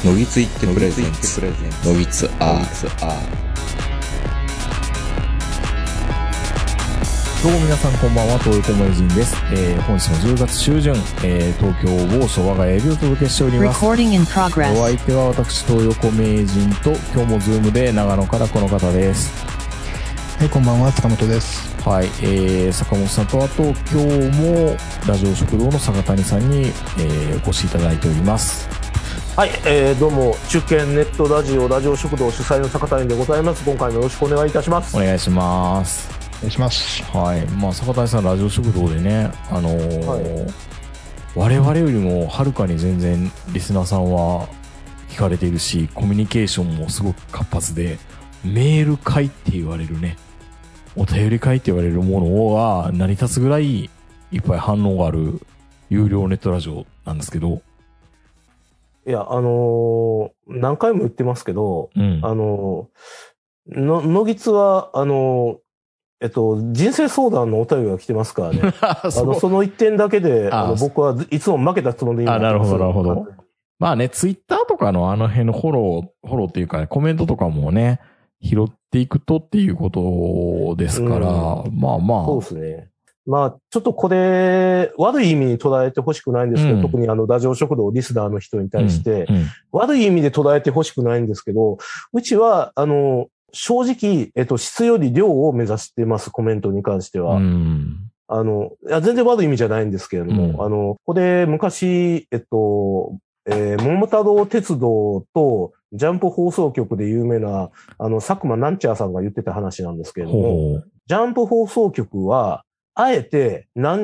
のぎついってプレゼンツのぎつアどうも皆さんこんばんは、東横名人です。本日の10月中旬、東京某所我が家よりお届けしております。お相手は私東横名人と、今日もズームで長野からこの方です。 はい、こんばんは、坂本です。 はい、坂本さんと、あと今日もラジオ食堂の坂谷さんに、お越しいただいております。 はい、どうも中堅ネットラジオ食堂主催の坂谷でございます。今回もよろしくお願いいたします。 お願いします。 お願いします。 はい、まあ坂谷さんラジオ食堂でね、はい、我々よりもはるかに全然リスナーさんは聞かれているし、コミュニケーションもすごく活発で、メール会って言われるね、お便り会って言われるものが成り立つぐらいいっぱい反応がある有料ネットラジオなんですけど、 いや、何回も言ってますけど、 うん、 のぎつは、人生相談のお便りが来てますからね。その一点だけで、僕はいつも負けたつもりになってます。 なるほど。まあね、ツイッターとかのあの辺のフォローっていうか、コメントとかもね、拾っていくとっていうことですから、まあまあ。 そうですね。まあ、ちょっとこれ、悪い意味に捉えてほしくないんですけど、特にラジオ食堂リスナーの人に対して、悪い意味で捉えてほしくないんですけど、うちは、正直、質より量を目指してます、コメントに関しては。いや全然悪い意味じゃないんですけれども、これ、昔、桃太郎鉄道と、ジャンプ放送局で有名な、佐久間なんちゃーさんが言ってた話なんですけれども、ジャンプ放送局は、あえて、何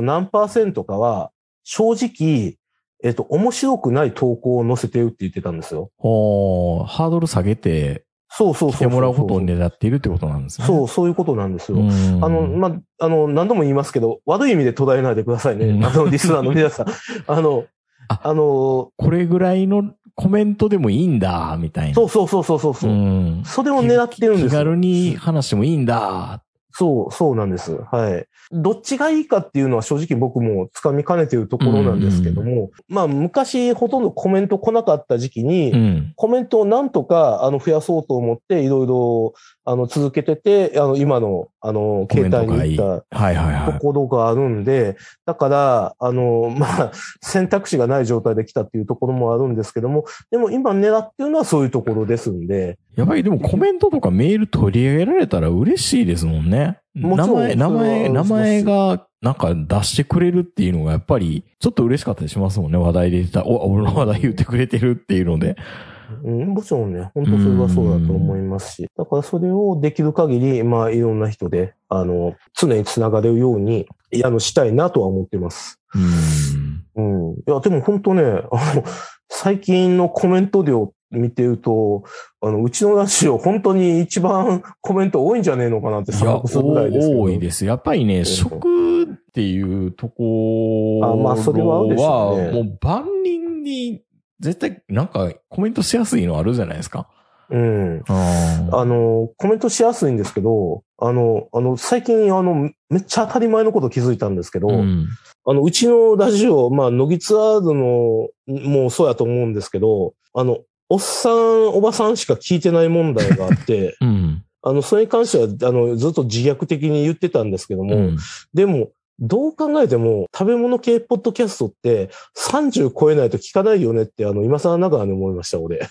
%かは、正直、面白くない投稿を載せてるって言ってたんですよ。 ハードル下げて、 そう。 来てもらうことを狙っているってことなんですね。 そういうことなんですよ。何度も言いますけど、悪い意味で捉えないでくださいね。リスナーの皆さん。 これぐらいのコメントでもいいんだ、みたいな。 そう。それを狙ってるんですよ。 気軽に話してもいいんだ。 そうなんです。はい。どっちがいいかっていうのは正直僕も掴みかねてるところなんですけども、まあ昔ほとんどコメント来なかった時期に、コメントをなんとか増やそうと思っていろいろ続けてて、今の携帯に行ったところがあるんで、だからまあ選択肢がない状態で来たっていうところもあるんですけども、でも今狙ってるのはそういうところですんで。 やっぱりでもコメントとかメール取り上げられたら嬉しいですもんね。名前がなんか出してくれるっていうのがやっぱりちょっと嬉しかったりしますもんね。話題で言ったら、俺の話題言ってくれてるっていうので。 もちろんね、本当それはそうだと思いますし。だからそれをできる限り、まあいろんな人で、常につながれるように、したいなとは思ってます。いや、でも本当ね、最近のコメント量見てると、うちのラジオ本当に一番コメント多いんじゃねえのかなって錯覚するぐらいですけど。 多いです。やっぱりね、食っていうところまあそれはあるでしょうね。 もう万人に絶対なんかコメントしやすいのあるじゃないですか。 コメントしやすいんですけど、最近めっちゃ当たり前のこと気づいたんですけど、うちのラジオ、まあ、乃木ツアーズの、もうそうやと思うんですけど、おっさん、おばさんしか聞いてない問題があって、それに関しては、ずっと自虐的に言ってたんですけども、でも、どう考えても、食べ物系ポッドキャストって30超えないと聞かないよねって、今更ながらに思いました、俺。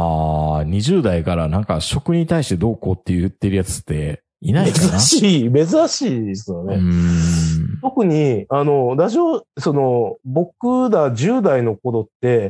20代からなんか食に対してどうこうって言ってるやつっていないかな？ 珍しいですよね。特に、ラジオ、僕ら10代の頃って、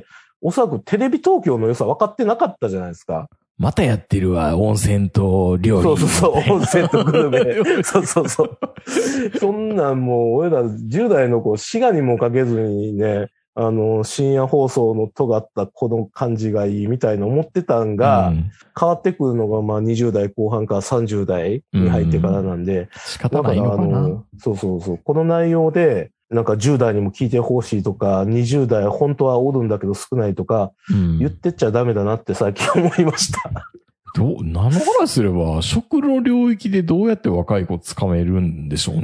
おそらくテレビ東京の良さ分かってなかったじゃないですか。 またやってるわ、温泉と料理。 そう、温泉とグルメ。そう。そんなんもう、俺ら10代の子、滋賀にもかけずにね、深夜放送の尖ったこの感じがいいみたいな思ってたんが、変わってくるのがまあ20代後半から30代に入ってからなんで、 仕方ないのかな。 そう。この内容で、なんか10代にも聞いてほしいとか、20代本当はおるんだけど少ないとか、言ってっちゃダメだなって最近思いました。 何の話すれば、食の領域でどうやって若い子つかめるんでしょうね。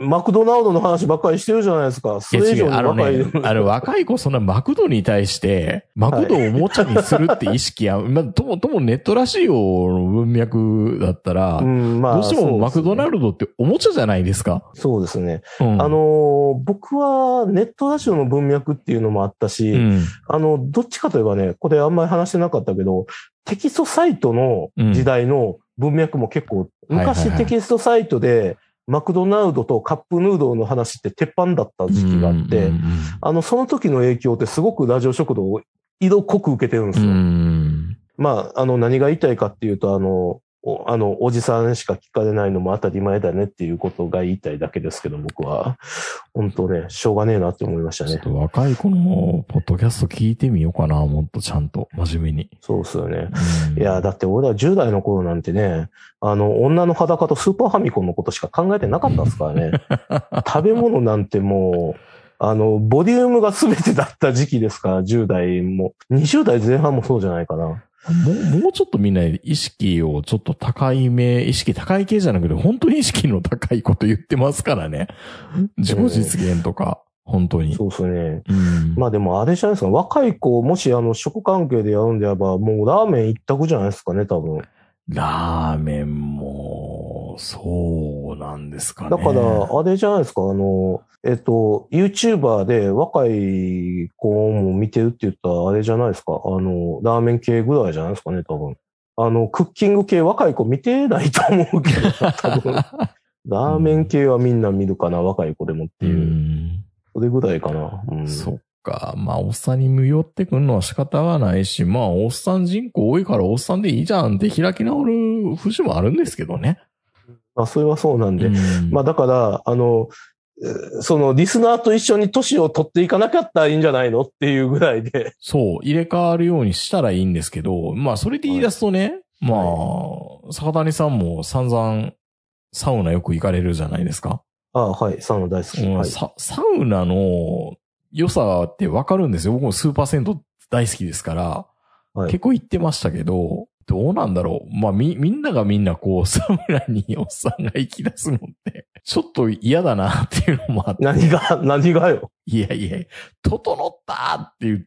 マクドナルドの話ばっかりしてるじゃないですか。それ以上に若い。 若い子そんなマクドに対して、マクドをおもちゃにするって意識は、ともネットらしいよの文脈だったら、どうしてもマクドナルドっておもちゃじゃないですか。 そうですね。僕はネットラジオの文脈っていうのもあったし、どっちかといえばね、これあんまり話してなかったけど、テキストサイトの時代の文脈も結構、昔テキストサイトで、マクドナルドとカップヌードルの話って鉄板だった時期があって、その時の影響ってすごくラジオ食堂を色濃く受けてるんですよ。何が言いたいかっていうと、おじさんしか聞かれないのも当たり前だねっていうことが言いたいだけですけど、僕は。本当ね、しょうがねえなって思いましたね。 ちょっと若い子のポッドキャスト聞いてみようかな、もっとちゃんと、真面目に。 そうですよね。いや、だって俺ら10代の頃なんてね、女の裸とスーパーファミコンのことしか考えてなかったですからね。食べ物なんてもう、ボリュームが全てだった時期ですから、10代も。20代前半もそうじゃないかな。 もうちょっとみんな意識をちょっと意識高い系じゃなくて、本当に意識の高いこと言ってますからね。自己実現とか、本当に。 そうですね。まあでもあれじゃないですか、若い子、もし食関係でやるんであれば、もうラーメン一択じゃないですかね、多分。 ラーメンも、そうなんですかね。 だから、あれじゃないですか、YouTuber で若い子も見てるって言ったらあれじゃないですか。ラーメン系ぐらいじゃないですかね、多分。クッキング系若い子見てないと思うけど、多分。ラーメン系はみんな見るかな、若い子でもっていう。それぐらいかな。 そっか。まあ、おっさんに無用ってくんのは仕方がないし、まあ、おっさん人口多いからおっさんでいいじゃんって開き直る節もあるんですけどね。 まあ、それはそうなんで。まあ、だから、そのリスナーと一緒に年を取っていかなかったらいいんじゃないのっていうぐらいで。 そう、入れ替わるようにしたらいいんですけど、まあそれで言い出すとね、まあ、坂谷さんも散々サウナよく行かれるじゃないですか。 はい、サウナ大好き。はい、 サウナの良さってわかるんですよ。僕もスーパー銭湯大好きですから、結構行ってましたけど、どうなんだろう。まあ、みんながみんなこう、サウナにおっさんが行き出すのって、ちょっと嫌だなっていうのもあって。 何がよ。いや、整ったって言って、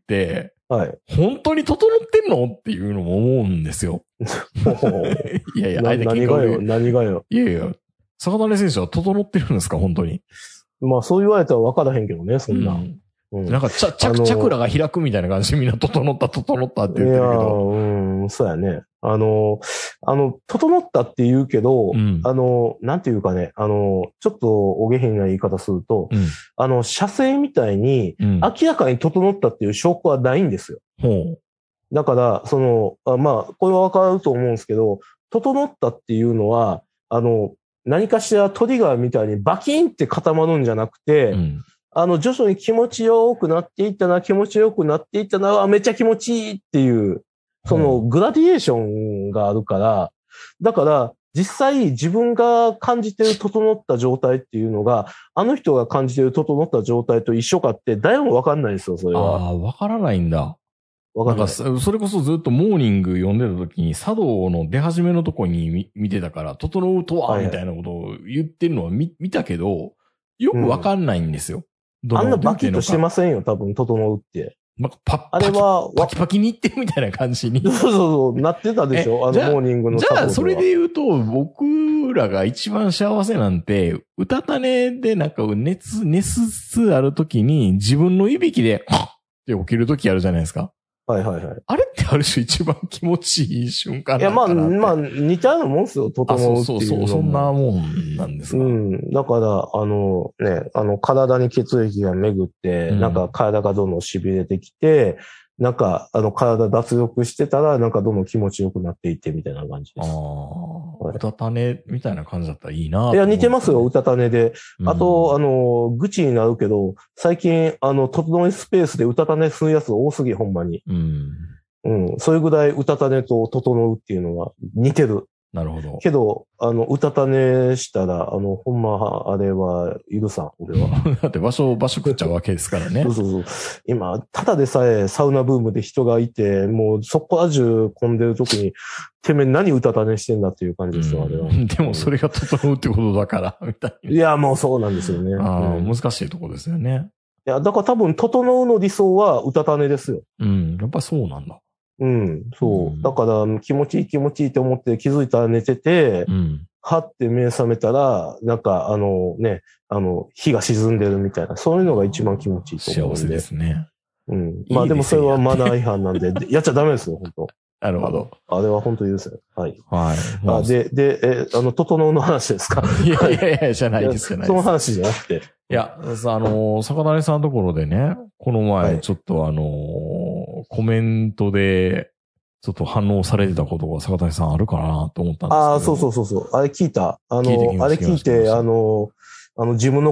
はい。 本当に整ってんのっていうのも思うんですよ。いや、 何がよ。 いや、坂谷選手は整ってるんですか、本当に。 まあ、そう言われたら分からへんけどね、そんな。 なんか、チャクラが開くみたいな感じでみんな整ったって言ってるけど。 そうやね。整ったって言うけど、なんていうかね、ちょっとお下品な言い方すると、射精みたいに、明らかに整ったっていう証拠はないんですよ。だから、まあ、これはわかると思うんですけど、整ったっていうのは、何かしらトリガーみたいにバキンって固まるんじゃなくて、徐々に気持ちよくなっていったな、めっちゃ気持ちいいっていう、そのグラディエーションがあるから、だから実際自分が感じてる整った状態っていうのが、あの人が感じてる整った状態と一緒かって誰もわかんないんですよ、それは。 ああ、わからないんだ。なんか、それこそずっとモーニング読んでた時に、茶道の出始めのとこに見てたから、整うとは、みたいなことを言ってるのは見たけど、よくわかんないんですよ。 あんなバキッとしてませんよ、多分、整うって。あれは、 パキパキにいってるみたいな感じに。 そう、なってたでしょ、モーニングのじゃあ、それで言うと、僕らが一番幸せなんて、うたた寝でなんか寝つつある時に、自分のいびきで、って起きる時あるじゃないですか。 はい。 あれってある種一番気持ちいい瞬間なんかなって。 いや、まあ、似たようなもんですよ、整うっていうの。 そんなもんなんですか。 だから、体に血液が巡って、なんか体がどんどん痺れてきて、なんか、体脱力してたら、なんかどんどん気持ちよくなっていってみたいな感じです。 うたた寝みたいな感じだったらいいな。 いや、似てますよ、うたた寝で。あと、愚痴になるけど、最近、整いスペースでうたた寝するやつ多すぎ、ほんまに。それぐらいうたた寝と整うっていうのは似てる。 なるほど。 けど、うたた寝したら、ほんま、あれは、許さん、俺は。 だって場所食っちゃうわけですからね。 そうそうそう。今、ただでさえサウナブームで人がいて、もうそこら中混んでる時に、てめえ何うたた寝してんだっていう感じですよ、あれは。 でもそれが整うってことだから、みたいな。 いや、もうそうなんですよね。 難しいとこですよね。 いや、だから多分、整うの理想はうたた寝ですよ。 やっぱりそうなんだ。 そう。だから、気持ちいいって思って気づいたら寝てて、はって目覚めたら、なんか、日が沈んでるみたいな、そういうのが一番気持ちいいと思うんで。 幸せですね。 まあでもそれはマナー違反なんで、やっちゃダメですよ、本当。 なるほど。 あれは本当に許せない。はい。 はい。 で、整うの話ですか？ いや、じゃないです、じゃないです。 その話じゃなくて。 いや、坂谷さんのところでね、この前、ちょっとコメントで、ちょっと反応されてたことが坂谷さんあるかなと思ったんですけど。 そう。あれ聞いた。あれ聞いて、自分の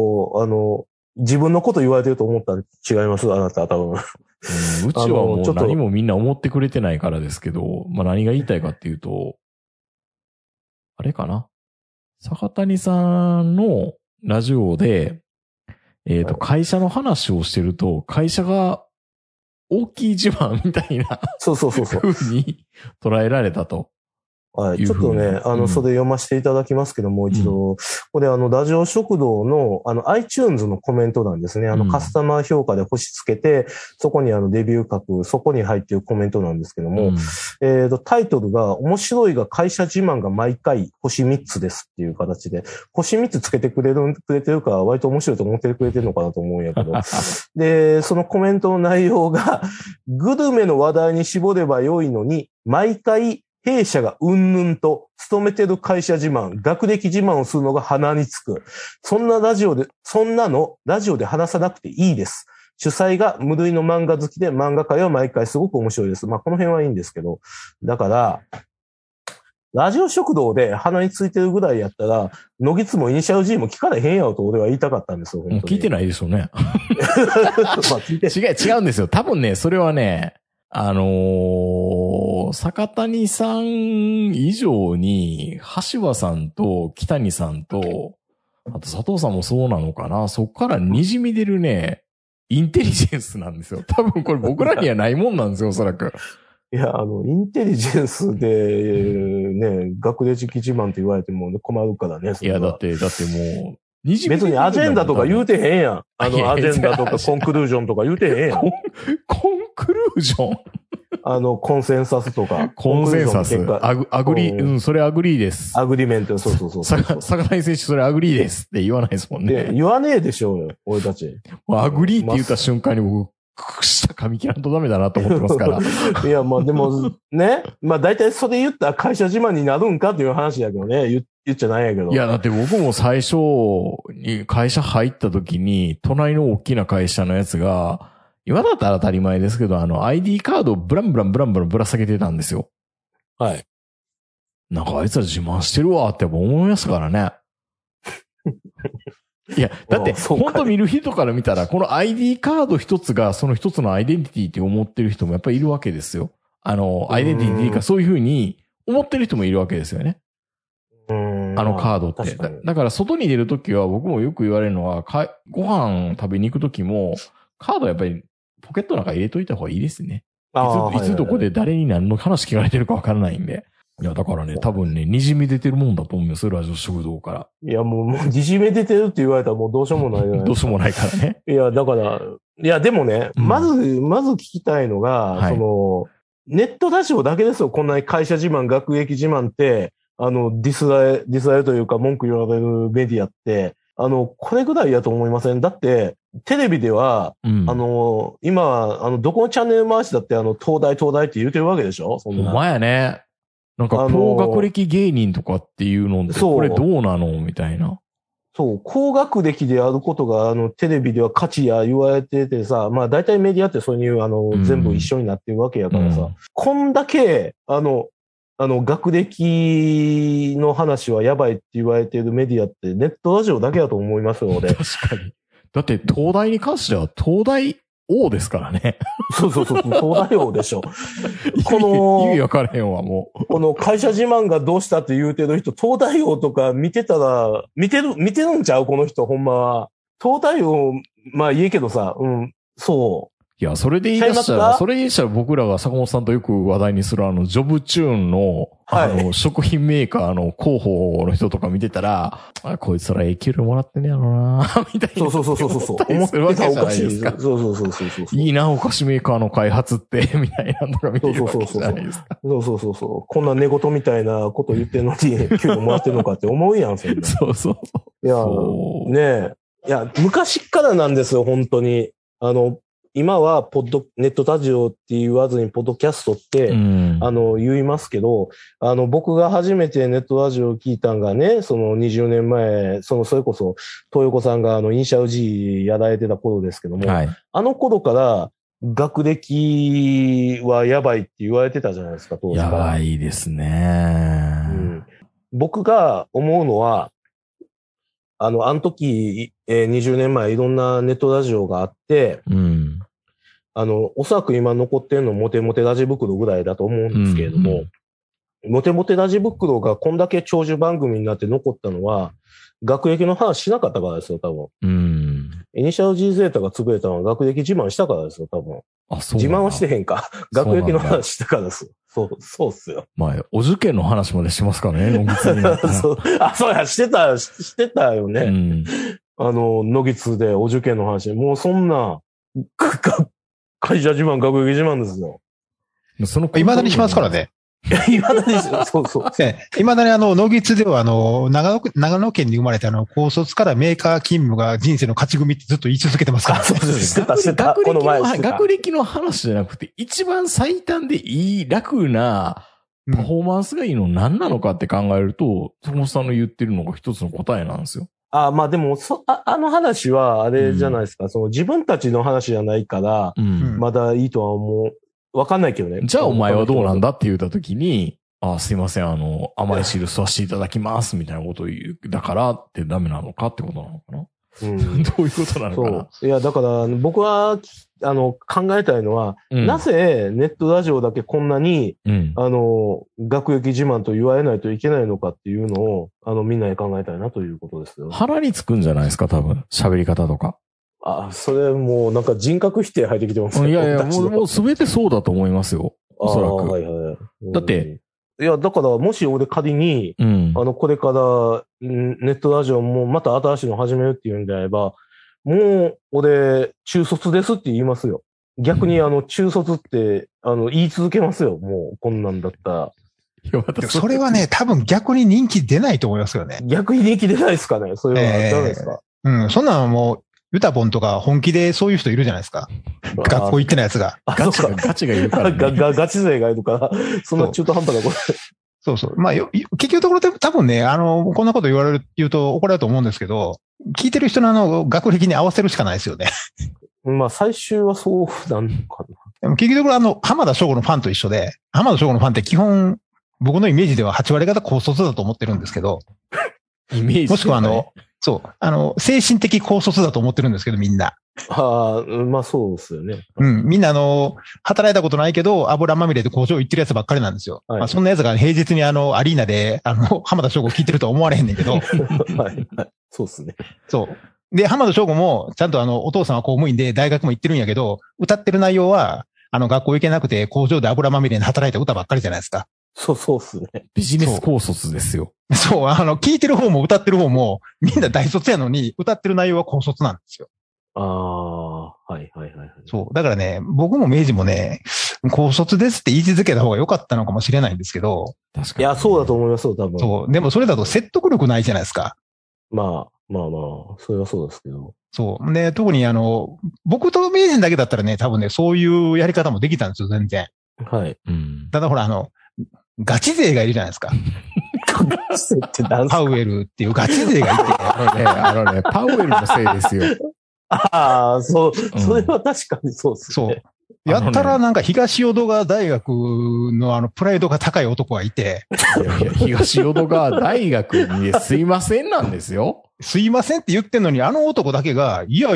こと言われてると思ったら違います、あなた、多分。 うちはもう何もみんな思ってくれてないからですけど、まあ何が言いたいかっていうと、あれかな。坂谷さんのラジオで、会社の話をしてると、会社が大きい自慢みたいなそう。 風に捉えられたと。 はい。ちょっとね、それ読ませていただきますけども、う一度、これラジオ食堂の、iTunes のコメントなんですね。カスタマー評価で星つけて、そこにレビュー書く、そこに入っているコメントなんですけども、タイトルが、面白いが会社自慢が毎回星3つですっていう形で、星3つつけてくれてるから、割と面白いと思ってくれてるのかなと思うんやけど、で、そのコメントの内容が、グルメの話題に絞れば良いのに、毎回、弊社がうんぬんと勤めてる会社自慢、学歴自慢をするのが鼻につく。そんなラジオで話さなくていいです。主催が無類の漫画好きで漫画界は毎回すごく面白いです。まあ、この辺はいいんですけど。だから、ラジオ食堂で鼻についてるぐらいやったら、ノギツもイニシャル G も聞かれへんやろと俺は言いたかったんですよ。 聞いてないでしょうね。まあ聞いて違うんですよ。多分ね、それはね、坂谷さん以上に、橋場さんと北谷さんと、あと佐藤さんもそうなのかな。そこから滲み出るね、インテリジェンスなんですよ。多分これ僕らにはないもんなんですよ、おそらく。 いや、インテリジェンスで、ね、学歴自慢って言われても困るからね。 いや、だってもう、 別にアジェンダとか言うてへんやん。アジェンダとかコンクルージョンとか言うてへんやん。 コンクルージョンコンセンサスとか。 コンセンサス。アグリー、それアグリーです。 アグリメント、そう。 坂谷選手、それアグリーですって言わないですもんね。 言わねえでしょうよ、俺たち。 アグリーって言った瞬間に僕、舌噛み切らんとダメだなと思ってますから。 いや、まあでも、ね。まあ大体それ言ったら会社自慢になるんかっていう話だけどね。言っちゃないやけど。 いや、だって僕も最初に会社入った時に、隣の大きな会社のやつが、今だったら当たり前ですけど、ID カードをブランブランぶら下げてたんですよ。 はい。 なんかあいつら自慢してるわって思いましたからね。いや、だって、本当見る人から見たら、この ID カード一つがその一つのアイデンティティって思ってる人もやっぱりいるわけですよ。アイデンティティかそういうふうに思ってる人もいるわけですよね。カードって。だから外に出るときは僕もよく言われるのは、ご飯食べに行くときも、カードやっぱりポケットの中入れといた方がいいですね。いつどこで誰に何の話聞かれてるかわからないんで。いや、だからね、多分ね、滲み出てるもんだと思うんですよ、ラジオ食堂から。 いや、もう、滲み出てるって言われたらもうどうしようもないじゃないですか。 どうしようもないからね。 いや、だから、いや、でもね、まず聞きたいのが、ネットラジオだけですよ、こんなに会社自慢、学歴自慢って、ディスられというか文句言われるメディアって、これぐらいやと思いません？だって、テレビでは、今、どこのチャンネル回しだって東大って言うてるわけでしょ？ ほんまやね。なんか、高学歴芸人とかっていうのって、これどうなのみたいな。 そう、高学歴であることが、テレビでは価値や言われててさ、まあ大体メディアってそういう、全部一緒になってるわけやからさ、こんだけ、学歴の話はやばいって言われてるメディアってネットラジオだけだと思いますよ、俺。 確かに。だって、東大に関しては、東大王ですからね。 そう、東大王でしょ。 意味わからへんわ、もう。 この会社自慢がどうしたって言うてる人、東大王とか見てたら、見てるんちゃうこの人、ほんまは。東大王、まあ言えけどさ、そう。 いや、それで言い出したら僕らが坂本さんとよく話題にするジョブチューンの、食品メーカーの広報の人とか見てたら、こいつら給料もらってねやろなみたいな。 そう。思ってたおかしい。そう。 いいな、お菓子メーカーの開発って、みたいなのとか見てるわけじゃないですか。 そう。こんな寝言みたいなこと言ってるのに、給料もらってるのかって思うやん、そんな。 そう。 いや、ねえ。いや、昔からなんですよ、本当に。今はネットラジオって言わずにポッドキャストって、言いますけど、僕が初めてネットラジオを聞いたんがね、その20年前、それこそ、東横さんがイニシャル G やられてた頃ですけども、あの頃から学歴はやばいって言われてたじゃないですか、当時から。 やばいですね。 僕が思うのは、あの時、20年前いろんなネットラジオがあって、おそらく今残ってるのモテモテラジ袋ぐらいだと思うんですけれども、モテモテラジ袋がこんだけ長寿番組になって残ったのは、学歴の話しなかったからですよ、多分。イニシャル G ゼータが潰れたのは学歴自慢したからですよ、多分。自慢はしてへんか。学歴の話したからです。そうっすよ。 まあ、お受験の話までしますからね、野木になったら。 そうや、してたよね。野木津でお受験の話。もうそんな、会社自慢、学歴自慢ですよ。 未だにしますからね。 未だにそう。 未だに野木津では長野県に生まれた高卒からメーカー勤務が人生の勝ち組ってずっと言い続けてますからね。 そうです。してた。この前学歴の話じゃなくて、一番最短でいい、楽な、パフォーマンスがいいの何なのかって考えると、坂本さんの言ってるのが一つの答えなんですよ。 まあでも、あの話はあれじゃないですか。自分たちの話じゃないから、まだいいとは思う。わかんないけどね。 じゃあお前はどうなんだって言ったときに、すいません、甘い汁吸わせていただきます、みたいなことを言う。だからってダメなのかってことなのかなどういうことなのかな。 いや、だから僕は、考えたいのは、なぜネットラジオだけこんなに、学歴自慢と言われないといけないのかっていうのを、みんなで考えたいなということですよ。 腹につくんじゃないですか、多分。喋り方とか。 それもうなんか人格否定入ってきてますね。 いや、もう全てそうだと思いますよ。おそらく。だって、 いや、だからもし俺仮に、これからネットラジオもまた新しいの始めるっていうんであれば、もう俺中卒ですって言いますよ。逆に中卒って言い続けますよ。もうこんなんだったら。 それはね、多分逆に人気出ないと思いますよね。 逆に人気出ないですかね。それはダメですか。 そんなのもう、ユタボンとか本気でそういう人いるじゃないですか。学校行ってないやつが。 ガチがいるからね。 ガチ勢がいるから、そんな中途半端なこと。 そう。まあ、結局のところで多分ね、こんなこと言うと怒られると思うんですけど、聞いてる人の学歴に合わせるしかないですよね。 まあ、最終はそうなのかな。 でも結局のところ浜田省吾のファンと一緒で、浜田省吾のファンって基本、僕のイメージでは8割方高卒だと思ってるんですけど、 イメージ、 もしくは精神的高卒だと思ってるんですけど、みんな。 まあそうですよね。 みんな働いたことないけど、油まみれで工場行ってるやつばっかりなんですよ。まあそんなやつが平日にアリーナで、浜田省吾聞いてるとは思われへんねんけど。 はい。そうですね。 そう。で、浜田省吾も、ちゃんとお父さんは公務員で大学も行ってるんやけど、歌ってる内容は、学校行けなくて工場で油まみれに働いた歌ばっかりじゃないですか。 そうっすね。 ビジネス高卒ですよ。 そう、聞いてる方も歌ってる方も、みんな大卒やのに、歌ってる内容は高卒なんですよ。 はい。 そう。だからね、僕も明治もね、高卒ですって言い続けた方が良かったのかもしれないんですけど。 確かに。 いや、そうだと思いますよ、多分。 そう。でもそれだと説得力ないじゃないですか。 まあ、それはそうですけど。 そう。で、特に僕と明治だけだったらね、多分ね、そういうやり方もできたんですよ、全然。 はい。 ただほら、ガチ勢がいるじゃないですか。 ガチ勢って何すか？ パウエルっていうガチ勢がいて。 パウエルのせいですよ。 それは確かにそうですね。 そう。やったらなんか東淀川大学のプライドが高い男がいて。 いや、東淀川大学にすいませんなんですよ。 すいませんって言ってんのに、男だけが、いやいや、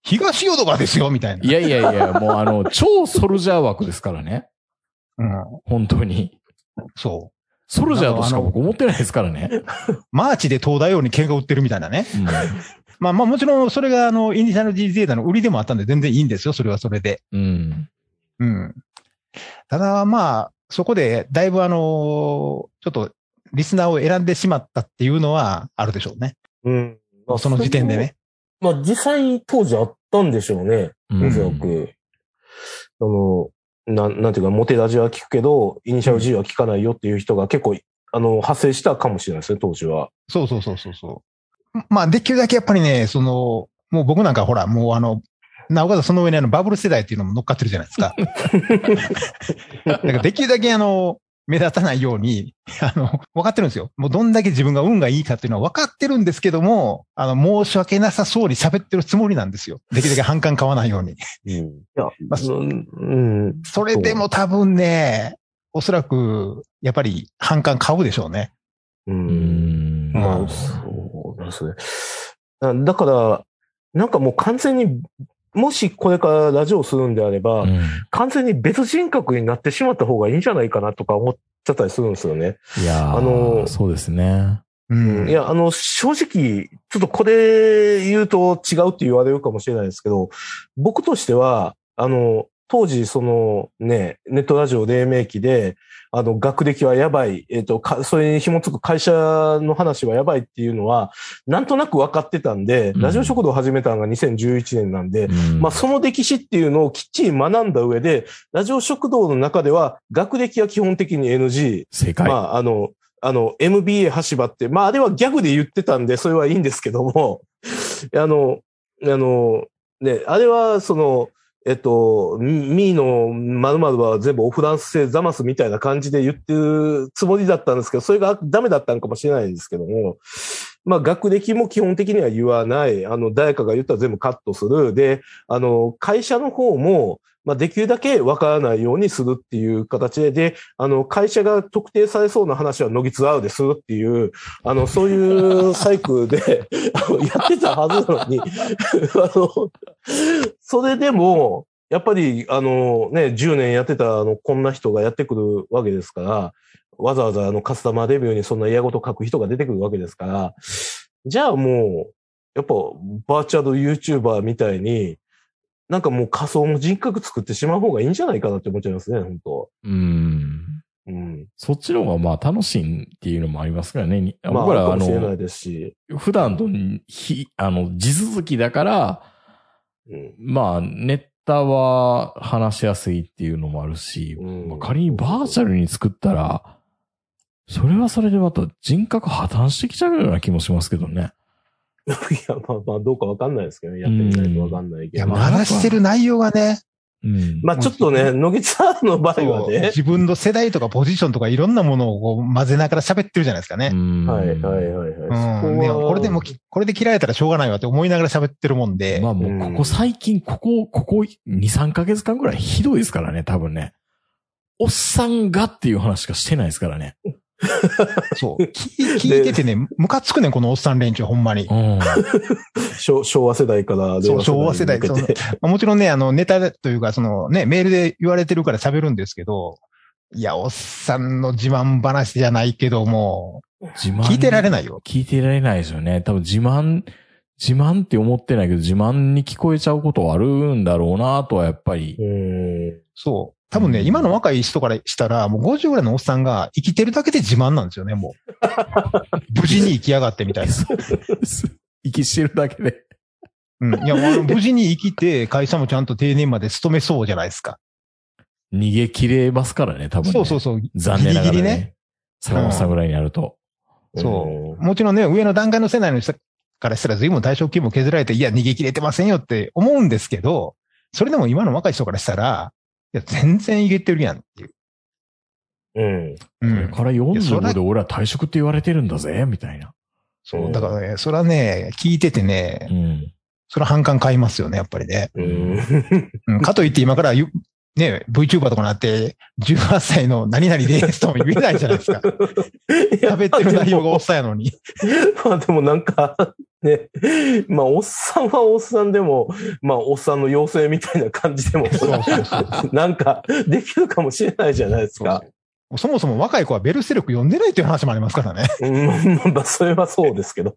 東淀川ですよ、みたいな。 いやいやいや、もう超ソルジャー枠ですからね。 うん。 本当に。 そう。 ソルジャーとしか僕思ってないですからね。 マーチで東大王に喧嘩売ってるみたいなね。 うん、 まあもちろんそれがイニシャル D ゼータの売りでもあったんで全然いいんですよ、それはそれで。 うん。 うん。ただまあ、そこでだいぶちょっとリスナーを選んでしまったっていうのはあるでしょうね。 うん。 まあ、その時点でね。 まあ実際当時あったんでしょうね。おそらく。なんていうか、モテラジは聞くけど、イニシャル G は聞かないよっていう人が結構、発生したかもしれないですね、当時は。 そう。まあ、できるだけやっぱりね、もう僕なんかほら、もうなおかつその上にバブル世代っていうのも乗っかってるじゃないですか。だからできるだけ目立たないように、分かってるんですよ。もうどんだけ自分が運がいいかっていうのは分かってるんですけども、申し訳なさそうに喋ってるつもりなんですよ。できるだけ反感買わないように。 いや、 まあ、それでも多分ね、おそらく、やっぱり反感買うでしょうね。 まあ、そうですね。だから、なんかもう完全に、もしこれからラジオをするんであれば、完全に別人格になってしまった方がいいんじゃないかなとか思っちゃったりするんですよね。 いやそうですね。 いや、正直、ちょっとこれ言うと違うって言われるかもしれないですけど、僕としては、当時、ネットラジオ黎明期で、学歴はやばい、それに紐つく会社の話はやばいっていうのは、なんとなく分かってたんで、ラジオ食堂を始めたのが2011年なんで、まあ、その歴史っていうのをきっちり学んだ上で、ラジオ食堂の中では、学歴は基本的に NG。 正解。 まあ、MBA 橋場って、まあ、あれはギャグで言ってたんで、それはいいんですけども、ね、あれは、ミーの〇〇は全部オフランス製ザマスみたいな感じで言ってるつもりだったんですけど、それがダメだったのかもしれないですけども、まあ学歴も基本的には言わない。誰かが言ったら全部カットする。で、会社の方も、まあできるだけわからないようにするっていう形で、会社が特定されそうな話はノギツアウでするっていう、そういうサイクルで、やってたはずなのに、それでも、やっぱり、10年やってた、こんな人がやってくるわけですから、わざわざカスタマーレビューにそんな嫌事書く人が出てくるわけですから、じゃあもう、やっぱ、バーチャル YouTuber みたいに、なんかもう仮想の人格作ってしまう方がいいんじゃないかなって思っちゃいますね、本当。 そっちの方がまあ楽しいっていうのもありますからね。 まあ、僕らかもしれないですし。 普段と地続きだから、まあ、ネタは話しやすいっていうのもあるし、まあ、仮にバーチャルに作ったら、それはそれでまた人格破綻してきちゃうような気もしますけどね。 いや、まあ、どうかわかんないですけどね。やってみないとわかんないけど。 いや、話してる内容がね。 まあちょっとね、野木さんの場合はね。 自分の世代とかポジションとかいろんなものをこう混ぜながら喋ってるじゃないですかね。これで切られたらしょうがないわって思いながら喋ってるもんで。 まあもうここ最近、ここ2、3ヶ月間ぐらいひどいですからね、多分ね。おっさんがっていう話しかしてないですからね。 そう。聞いててね、ムカつくねん、このおっさん連中、ほんまに。 昭和世代からそう、昭和世代。もちろんね、ネタというか、メールで言われてるから喋るんですけど、いや、おっさんの自慢話じゃないけども、聞いてられないよ。 聞いてられないですよね。多分自慢って思ってないけど、自慢に聞こえちゃうことはあるんだろうなとはやっぱり。 そう。多分ね、今の若い人からしたら、もう50ぐらいのおっさんが生きてるだけで自慢なんですよね、もう。無事に生きやがってみたいな。 息してるだけで。 いや、無事に生きて、会社もちゃんと定年まで勤めそうじゃないですか。 逃げ切れますからね、多分、ね。 そう。 残念ながらね。ギリギリね。坂本さんぐらいになると。 そう。もちろんね、上の段階の世代の人からしたら随分退職金も削られて、いや、逃げ切れてませんよって思うんですけど、それでも今の若い人からしたら、いや、全然いけてるやんっていう。 これから45で俺は退職って言われてるんだぜ、みたいな。 そう、だからね、それはね、聞いててね、それは反感買いますよね、やっぱりね。かといって今からね、VTuber とかなって、18歳の何々ですとも言えないじゃないですか。喋ってる内容がおっさんやのに。 まあでもなんか、ね、まあおっさんはおっさんでも、まあおっさんの妖精みたいな感じでも、なんかできるかもしれないじゃないですか。 そもそも若い子はベルセルク読んでないという話もありますからね。 まあそれはそうですけど。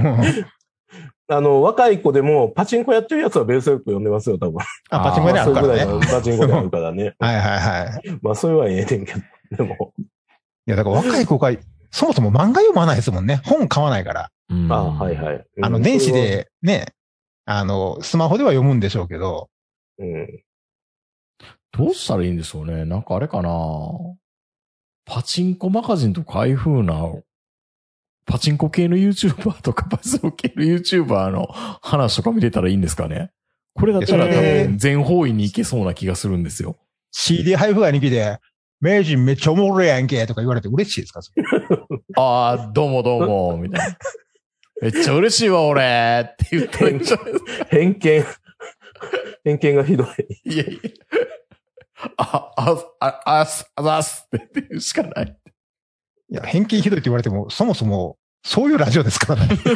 若い子でもパチンコやってるやつはベルセルク読んでますよ、多分。 パチンコであるからね。 パチンコであるからね。 はいはいはい。 まあそれはええねんけど、でも。 いやだから若い子が、そもそも漫画読まないですもんね。本買わないから。 はいはい。 電子でね、スマホでは読むんでしょうけど。 どうしたらいいんでしょうね。なんかあれかな。パチンコマガジンとかああいう風な、パチンコ系の YouTuber とかパチンコ系の YouTuber の話とか見れたらいいんですかね。これだったら多分全方位に行けそうな気がするんですよ。 CD 配布が2期で、名人めっちゃおもろいやんけとか言われて嬉しいですか？ ああ、どうもどうも、みたいな。めっちゃ嬉しいわ、俺って言ったらいいんじゃないですか。 偏見がひどい。 いやいや。あざすって言うしかない。 いや、偏見ひどいって言われても、そもそも、そういうラジオですからね。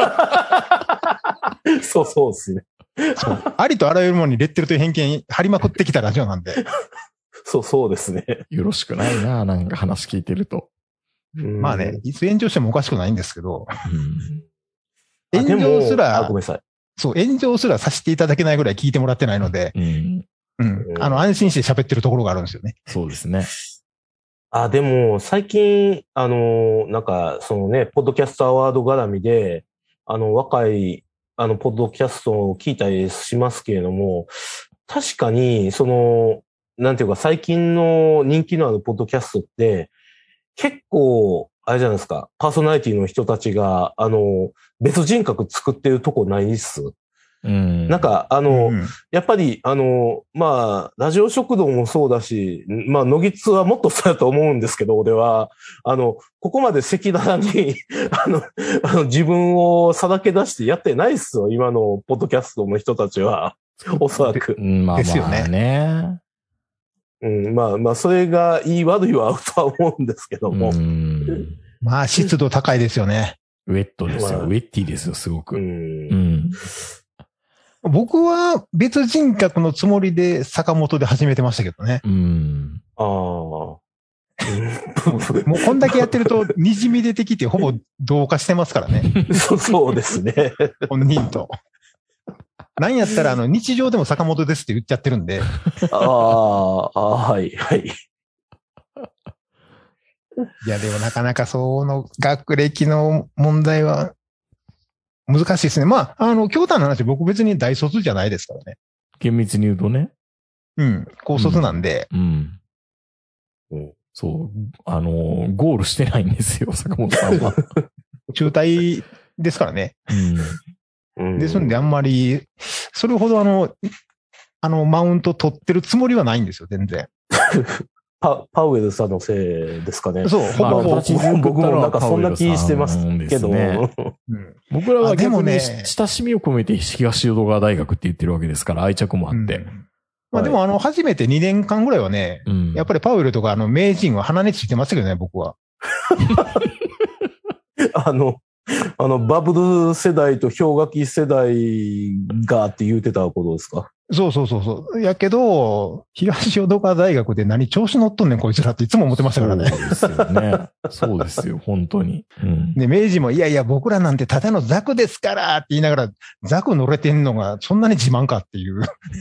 そうですね。 そう。ありとあらゆるものにレッテルという偏見張りまくってきたラジオなんで。 そうですね。 よろしくないな、なんか話聞いてると。 まあね、いつ炎上してもおかしくないんですけど。炎上すら、 ごめんなさい。 そう、炎上すらさせていただけないぐらい聞いてもらってないので、安心して喋ってるところがあるんですよね。 そうですね。 でも、最近、なんか、そのね、ポッドキャストアワード絡みで、若い、ポッドキャストを聞いたりしますけれども、確かに、なんていうか、最近の人気のあるポッドキャストって、結構、あれじゃないですか、パーソナリティの人たちが、別人格作ってるとこないっす。なんか、やっぱり、まあ、ラジオ食堂もそうだし、まあ、ノギツはもっとそうだと思うんですけど、俺は、ここまで赤裸々に、自分をさらけ出してやってないっすよ、今のポッドキャストの人たちは。おそらく。 まあですよね。 まあ、それがいい悪いはあるとは思うんですけども。 まあ、湿度高いですよね。 ウェットですよ。ウェッティですよ、すごく。 僕は別人格のつもりで坂本で始めてましたけどね。もうこんだけやってると、滲み出てきてほぼ同化してますからね。 そうですね。 本人と。なんやったら日常でも坂本ですって言っちゃってるんで。 はい。 いや、でもなかなかその学歴の問題は難しいですね。まあ、京丹の話僕別に大卒じゃないですからね。 厳密に言うとね。 高卒なんで。 そう。ゴールしてないんですよ、坂本さんは。 中退ですからね。ですんであんまり、それほどマウント取ってるつもりはないんですよ、全然。 パウエルさんのせいですかね。 そう、 僕もなんかそんな気してますけど。 僕らは逆に親しみを込めて東淀川大学って言ってるわけですから愛着もあって。 まあでも初めて2年間ぐらいはね、やっぱりパウエルとか名人は鼻についてましたけどね、僕は。 バブル世代と氷河期世代がって言うてたことですか？ そう。やけど、東淀川大学で何調子乗っとんねんこいつらっていつも思ってましたからね。 そうですよね。そうですよ、本当に。 で、明治もいや僕らなんてただのザクですからって言いながら、ザク乗れてんのがそんなに自慢かっていう。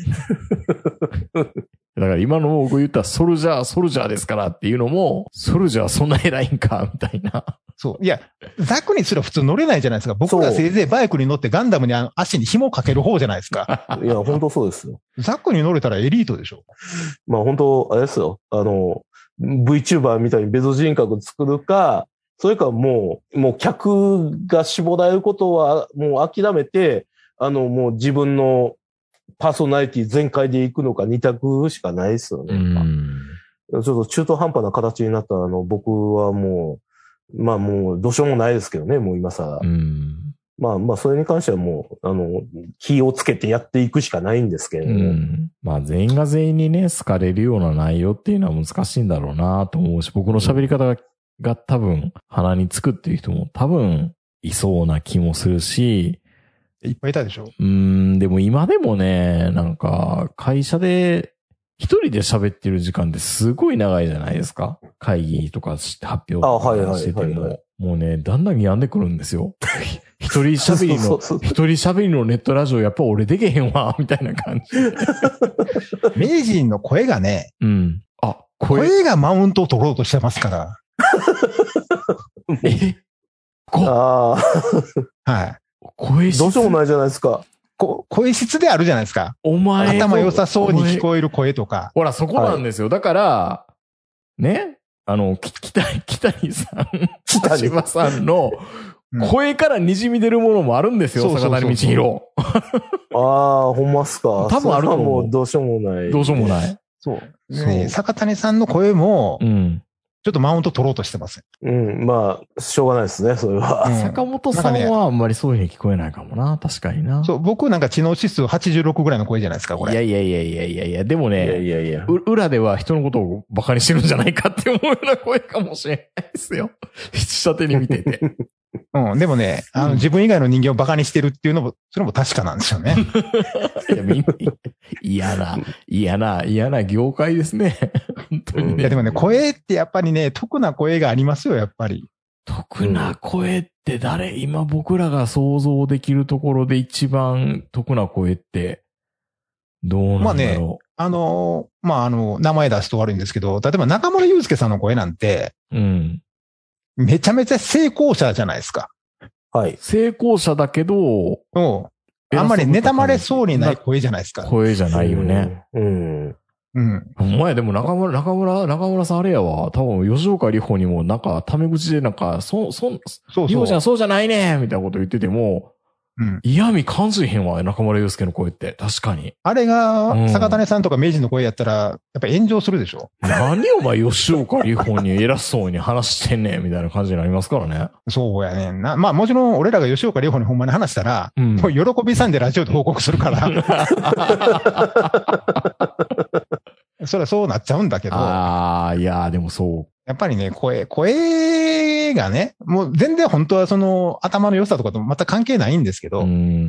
だから今の僕言ったソルジャーですからっていうのも、ソルジャーそんな偉いんかみたいな。 そう。いや、ザクにすら普通乗れないじゃないですか。僕らせいぜいバイクに乗ってガンダムに足に紐かける方じゃないですか。 いや、本当そうですよ。 ザクに乗れたらエリートでしょ。 まあ本当、あれですよ。VTuber みたいに別人格作るか、それかもう客が絞られることはもう諦めて、もう自分のパーソナリティ全開で行くのか2択しかないですよね。ちょっと中途半端な形になった僕はもう、まあもうどうしようもないですけどね、もう今更。 まあ、それに関してはもう、気をつけてやっていくしかないんですけれども。 まあ、全員が全員にね、好かれるような内容っていうのは難しいんだろうなと思うし、僕の喋り方が多分、鼻につくっていう人も多分、いそうな気もするし、 いっぱいいたでしょ。 でも今でもね、なんか、会社で、一人で喋ってる時間ってすごい長いじゃないですか。会議とかして発表とかしてても。もうね、だんだん病んでくるんですよ。一人喋りのネットラジオやっぱ俺でけへんわ、みたいな感じ。 名人の声がね、声がマウントを取ろうとしてますから。 はい。 声質。 どうしようもないじゃないですか。 声質であるじゃないですか。 お前。 頭良さそうに聞こえる声とか。 ほら、そこなんですよ。だから、ね、北谷さん、柴さんの声から滲み出るものもあるんですよ、坂谷道弘。 ああ、ほんまっすか。 多分あると思う。 もうどうしようもない。 どうしようもない。 そう。坂谷さんの声も、ちょっとマウント取ろうとしてます。 まあ、しょうがないですね、それは。 坂本さんはあんまりそういう風に聞こえないかもな、確かにな。 そう、僕なんか知能指数86ぐらいの声じゃないですか、これ。 いや、でもね、裏では人のことを馬鹿にしてるんじゃないかって思うような声かもしれないですよ。下手に見てて。 でもね、自分以外の人間を馬鹿にしてるっていうのも、それも確かなんですよね。 嫌な業界ですね。本当にね。 いやでもね、声ってやっぱりね、得な声がありますよ、やっぱり。 得な声って今僕らが想像できるところで一番得な声って、どうなんだろう。 名前出すと悪いんですけど、例えば中村祐介さんの声なんて、めちゃめちゃ成功者じゃないですか。 はい。成功者だけど、 あんまり妬まれそうにない声じゃないですか。 声じゃないよね。お前でも中村さんあれやわ。多分吉岡里帆にもなんかタメ口でなんか、里帆ちゃんそうじゃないねみたいなこと言ってても、嫌味感じへんわ、中村祐介の声って。確かに。 あれが、坂谷さんとか明治の声やったら、やっぱ炎上するでしょ。 何お前吉岡里帆に偉そうに話してんねん、みたいな感じになりますからね。 そうやねんな。まあもちろん俺らが吉岡里帆にほんまに話したら、もう喜びさんでラジオで報告するから。それはそうなっちゃうんだけど。 いやでもそう。 やっぱりね、声がね、もう全然本当はその頭の良さとかとまた関係ないんですけど。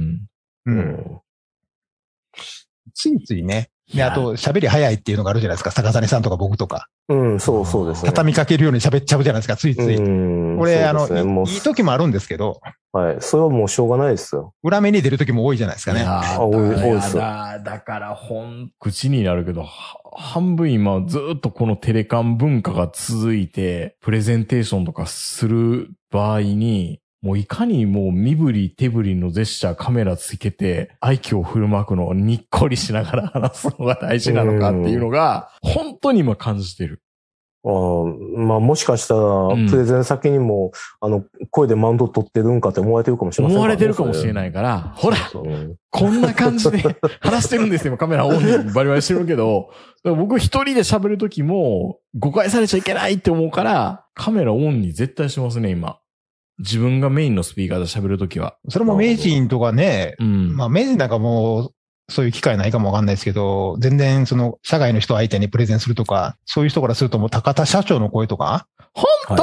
ついついね。で、あと喋り早いっていうのがあるじゃないですか。坂谷さんとか僕とか。 そうですね。 畳みかけるように喋っちゃうじゃないですか、ついつい。これ、いい時もあるんですけど。 はい。それはもうしょうがないですよ。 裏目に出る時も多いじゃないですかね。 多いですよ。 だから口になるけど、半分今ずっとこのテレカン文化が続いて、プレゼンテーションとかする場合に、もういかにもう身振り手振りのジェスチャーカメラつけて愛嬌を振る舞くのをにっこりしながら話すのが大事なのかっていうのが本当に今感じてる。 まあもしかしたらプレゼン先にも、声でマウント取ってるんかって思われてるかもしれません、 思われてるかもしれないから、ほらこんな感じで話してるんですよ。カメラオンにバリバリしてるけど、僕一人で喋るときも誤解されちゃいけないって思うからカメラオンに絶対しますね、今。自分がメインのスピーカーで喋るときは。 それも名人とかね、まあ名人なんかもう、そういう機会ないかもわかんないですけど、全然その、社外の人相手にプレゼンするとか、そういう人からするともう高田社長の声とか本当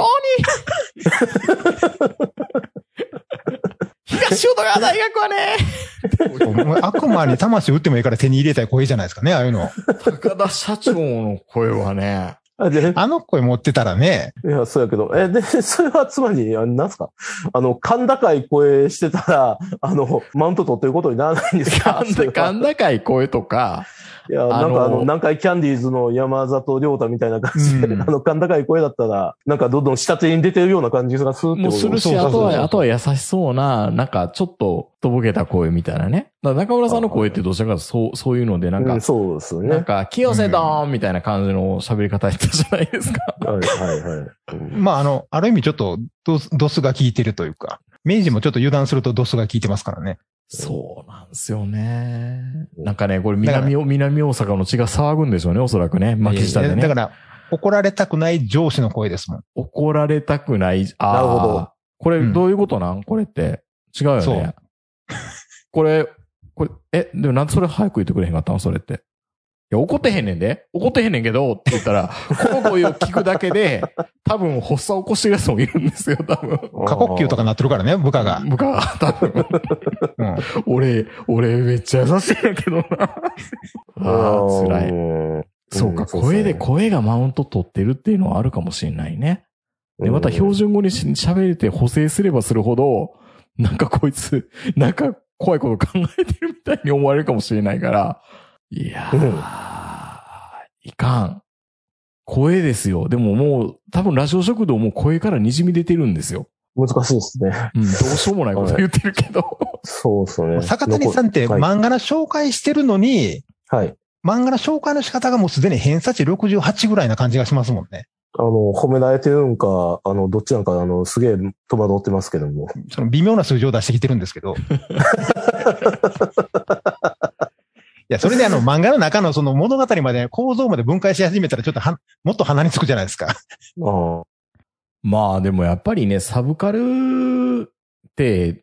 に、東淀川大学はね悪魔に魂打ってもいいから手に入れたい声じゃないですかね、ああいうの。 高田社長の声はね、 あの声持ってたらね。 いや、そうやけど。で、それはつまり、なんすか甲高い声してたら、マウント取ってることにならないんですか？ 甲高い声とか。 いや、なんか南海キャンディーズの山里亮太みたいな感じで、甲高い声だったら、なんかどんどん下手に出てるような感じがするってこと。 もうするし、あとは優しそうな、なんかちょっと、とぼけた声みたいなね。だから中村さんの声ってどちらかとそういうので、なんか、 そうですね。 なんか、清瀬ドーンみたいな感じの喋り方やったじゃないですか。 まあ、ある意味ちょっと、ドスが効いてるというか、明治もちょっと油断するとドスが効いてますからね。 そうなんですよね。なんかね、これ南大阪の血が騒ぐんでしょうね、おそらくね。巻き舌でね。 だから、怒られたくない上司の声ですもん。 怒られたくない。 なるほど。 これどういうことなん？これって。 違うよそうね。これ、でもなんでそれ早く言ってくれへんかったのそれって。いや、怒ってへんねんで。怒ってへんねんけど、って言ったら、この声を聞くだけで、多分発作起こしてるやつもいるんですよ、多分。 過呼吸とかなってるからね、部下が。 部下が、多分。 うん。 俺めっちゃ優しいんやけどな。ああ、辛い。そうか、声がマウント取ってるっていうのはあるかもしれないね。で、また標準語に喋れて補正すればするほど、なんかこいつ、なんか怖いこと考えてるみたいに思われるかもしれないから、いやー、いかん。声ですよ。でももう、多分ラジオ食堂も声から滲み出てるんですよ。 難しいですね。 どうしようもないこと言ってるけど。 そうですね。 坂谷さんって漫画の紹介してるのに、 はい。 漫画の紹介の仕方がもうすでに偏差値68ぐらいな感じがしますもんね。 褒められてるんか、どっちなんか、すげえ戸惑ってますけども。 その微妙な数字を出してきてるんですけど。いや、それで漫画の中のその物語まで、構造まで分解し始めたらちょっともっと鼻につくじゃないですか。 まあでもやっぱりね、サブカルって、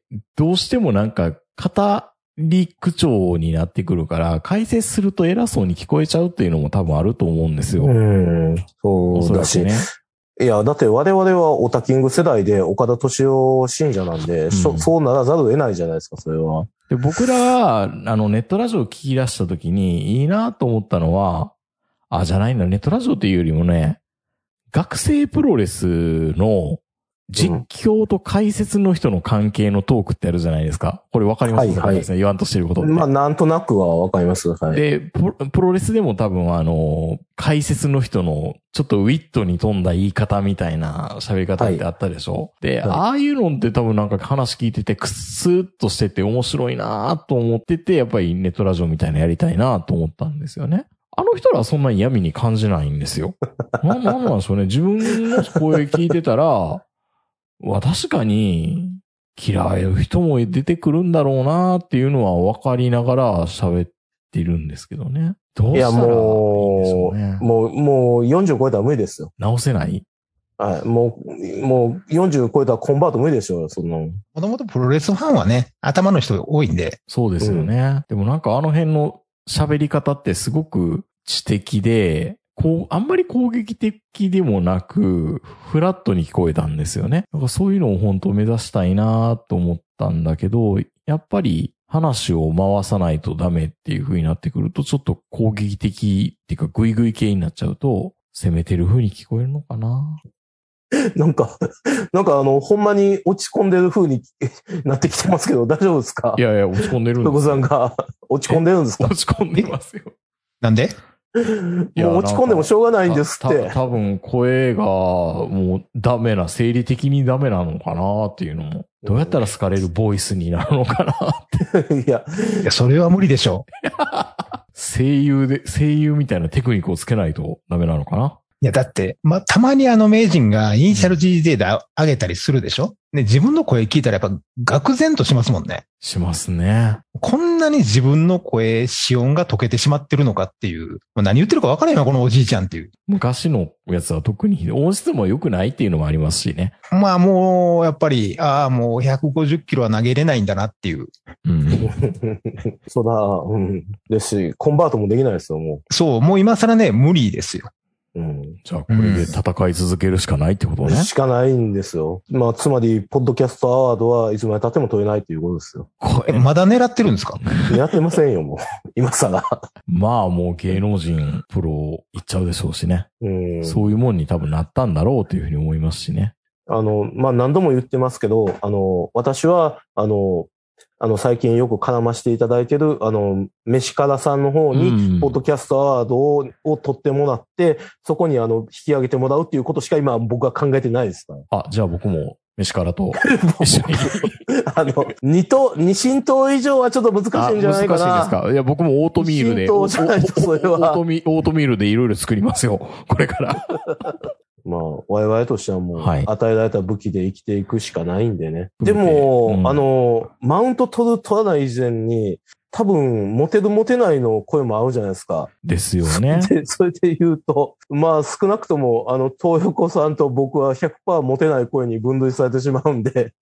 どうしてもなんか、語り口調になってくるから、解説すると偉そうに聞こえちゃうっていうのも多分あると思うんですよ。 そうだし。ね。いや、だって我々はオタキング世代で岡田敏夫信者なんで、そうならざるを得ないじゃないですか、それは。 で僕らは、ネットラジオを聞き出した時にいいなと思ったのは、じゃないな、ネットラジオっていうよりもね、学生プロレスの実況と解説の人の関係のトークってあるじゃないですか。これわかりますか、はいはい、言わんとしてることって。 まあ、なんとなくはわかります。はい。 で、プロレスでも多分解説の人のちょっとウィットに富んだ言い方みたいな喋り方ってあったでしょ、はい、で、ああいうのって多分なんか話聞いててクスッとしてて面白いなと思ってて、やっぱりネットラジオみたいなやりたいなと思ったんですよね。あの人らはそんなに闇に感じないんですよ。なんなんでしょうね。自分の声聞いてたら、確かに嫌い人も出てくるんだろうなっていうのは分かりながら喋ってるんですけどね。どうしたらいいんでしょうね。 もう40超えたら無理ですよ。 直せない？ はい。もう40超えたらコンバート無理でしょうよ、そんなの。 もともとプロレスファンはね、頭の人多いんで。 そうですよね。でもなんかあの辺の喋り方ってすごく知的で、あんまり攻撃的でもなく、フラットに聞こえたんですよね。なんかそういうのを本当目指したいなと思ったんだけど、やっぱり話を回さないとダメっていう風になってくると、ちょっと攻撃的っていうかグイグイ系になっちゃうと、攻めてる風に聞こえるのかな。 なんかほんまに落ち込んでる風になってきてますけど、大丈夫ですか？ いやいや、落ち込んでるんですよ。 トコさんが落ち込んでるんですか？ 落ち込んでますよ。 なんで？ もう落ち込んでもしょうがないんですって。 多分声がもう生理的にダメなのかなっていうのも。どうやったら好かれるボイスになるのかなって。 いや、 それは無理でしょう。 声優みたいなテクニックをつけないとダメなのかな。 いや、だって、たまに名人がイニシャル GJ で上げたりするでしょ？ね、自分の声聞いたらやっぱ愕然としますもんね。 しますね。 こんなに自分の声、子音が溶けてしまってるのかっていう。何言ってるか分からへんわ、このおじいちゃんっていう。 昔のやつは特に音質も良くないっていうのもありますしね。 まあもう、やっぱり、もう150キロは投げれないんだなっていう。 うん。 そうだ、うん。ですし、コンバートもできないですよ、もう。そう、もう今更ね、無理ですよ。 うん、 じゃあこれで戦い続けるしかないってことね。 しかないんですよ。まあ、つまり、ポッドキャストアワードはいつまで経っても取れないということですよ。 まだ狙ってるんですか？ 狙ってませんよ、もう。今更。 まあ、もう芸能人、プロ行っちゃうでしょうしね。そういうもんに多分なったんだろうというふうに思いますしね。 まあ、何度も言ってますけど、私は、最近よく絡ましていただいてる、飯からさんの方に、ポッドキャストアワードを取ってもらって、そこに引き上げてもらうっていうことしか今僕は考えてないですから。 じゃあ僕も飯からと一緒に。 二神道以上はちょっと難しいんじゃないかな。 難しいですか？いや、僕もオートミールで。 二神道じゃないとそれは。 オートミールでいろいろ作りますよ。これから。 まあ、我々としてはもう、与えられた武器で生きていくしかないんでね。でも、マウント取らない以前に、多分、モテるモテないの声も合うじゃないですか。 ですよね。 それで言うと、まあ少なくとも、東横さんと僕は 100% モテない声に分類されてしまうんで、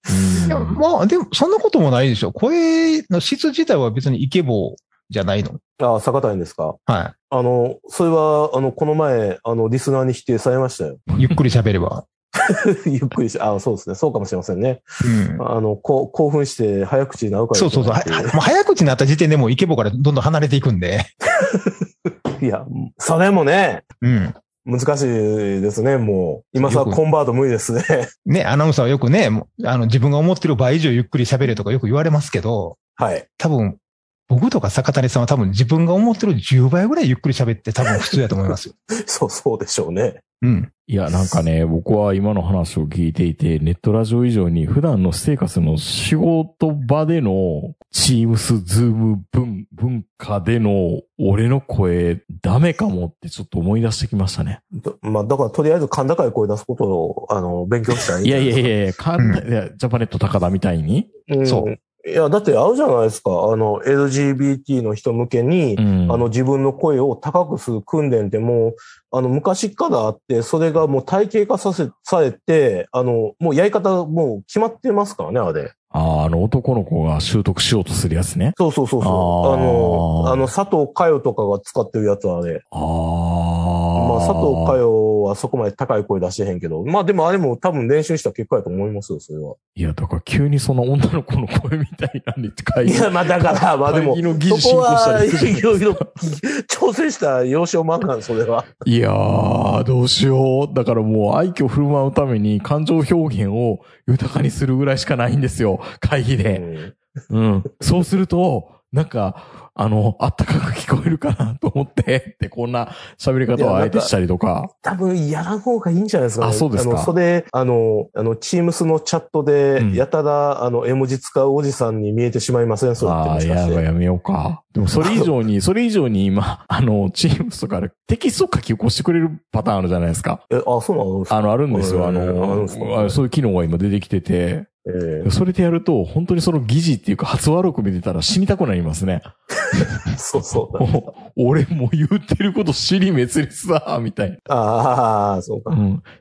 いや、まあ、でも、そんなこともないでしょ。声の質自体は別にイケボじゃないの。 ああ、坂谷ですか。 はそれは、この前、リスナーに否定されましたよ。 い。ゆっくり喋れば。 ゆっくりし、そうですね。そうかもしれませんね。 うん。 興奮して早口になるから。 そう。もう早口になった時点でもうイケボからどんどん離れていくんで。 いや、それもね、 うん。 難しいですね、もう。今さ、コンバート無理ですね。 ね、アナウンサーはよくね、自分が思ってる倍以上ゆっくり喋れとかよく言われますけど、 はい。 多分、僕とか坂谷さんは多分自分が思ってる10倍ぐらいゆっくり喋って多分普通やと思いますよ。 そうでしょうね。 うん。 いや、なんかね、僕は今の話を聞いていて、ネットラジオ以上に普段の私生活の仕事場でのチームス、ズーム文化での俺の声ダメかもってちょっと思い出してきましたね。 まあ、だからとりあえず甲高い声出すことを、勉強したらいい。 いや、ジャパネット高田みたいに、 そう。 いや、だってあるじゃないですか。LGBT の人向けに、自分の声を高くする訓練ってもう、昔からあって、それがもう体系化されて、もうやり方もう決まってますからね、あれ。 男の子が習得しようとするやつね。 そう。佐藤佳代とかが使ってるやつはあれ。まあ、佐藤佳代はそこまで高い声出してへんけど、まあでもあれも多分練習した結果やと思いますよ、それは。 いや、だから急にその女の子の声みたいなんでって書いて。 いや、まあだから、まあでも、そこはいろいろ挑戦した幼少漫画、それは。 いやー、どうしよう。だからもう愛嬌振る舞うために感情表現を豊かにするぐらいしかないんですよ、会議で。そうすると、なんか、あったかく聞こえるかなと思って、ってこんな喋り方をあえてしたりとか。 多分やらん方がいいんじゃないですかね。 そうですか。 それ、チームスのチャットで、やたら、絵文字使うおじさんに見えてしまいません？そう言ってました。 やめようか。でもそれ以上に今、チームスとかでテキスト書き起こしてくれるパターンあるじゃないですか。 そうなんですか？ あるんですよ。そういう機能が今出てきてて。それでやると、本当にその疑似っていうか発話録見てたら死にたくなりますね。 そう。 俺も言ってること尻滅裂だ、みたいな。そうか。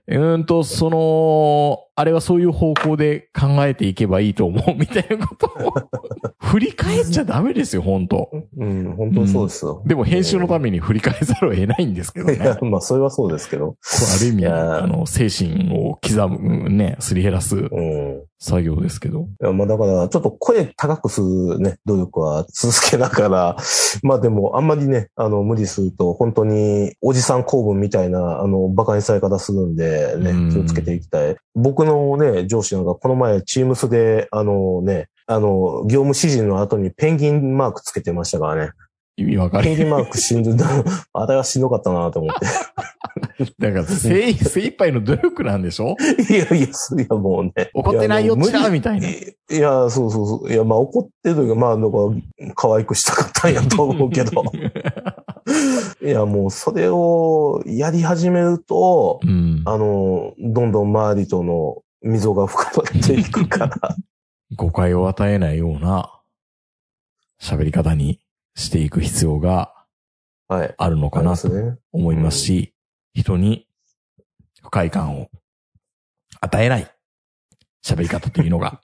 あれはそういう方向で考えていけばいいと思う、みたいなことを振り返っちゃダメですよ、本当。 本当そうですよ。 でも編集のために振り返ざるを得ないんですけどね。いや、 まあ、それはそうですけど。 ある意味、精神を刻む、ね、すり減らす作業ですけど。 いや、まあだから、ちょっと声高くするね、努力は続けながら、まあでも、あんまりね、無理すると、本当に、おじさん公文みたいな、馬鹿にされ方するんで、ね、気をつけていきたい。僕のね、上司なんか、この前、チームスで、業務指示の後にペンギンマークつけてましたからね。 意味わかる。 ペンギンマークしんどい。あれはしんどかったなと思って。 だから精一杯の努力なんでしょ？ いや、もうね。 怒ってないよっちゃみたいな。 いや、そう。いや、まあ怒ってるというか、まあ、なんか、可愛くしたかったんやと思うけど。いや、もうそれをやり始めると、どんどん周りとの溝が深まっていくから。 誤解を与えないような喋り方にしていく必要があるのかなと思いますし、人に不快感を与えない喋り方というのが、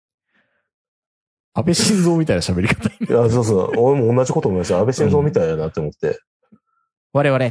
安倍晋三みたいな喋り方。 いや、そう。俺も同じこと思いました。安倍晋三みたいだなって思って。 我々。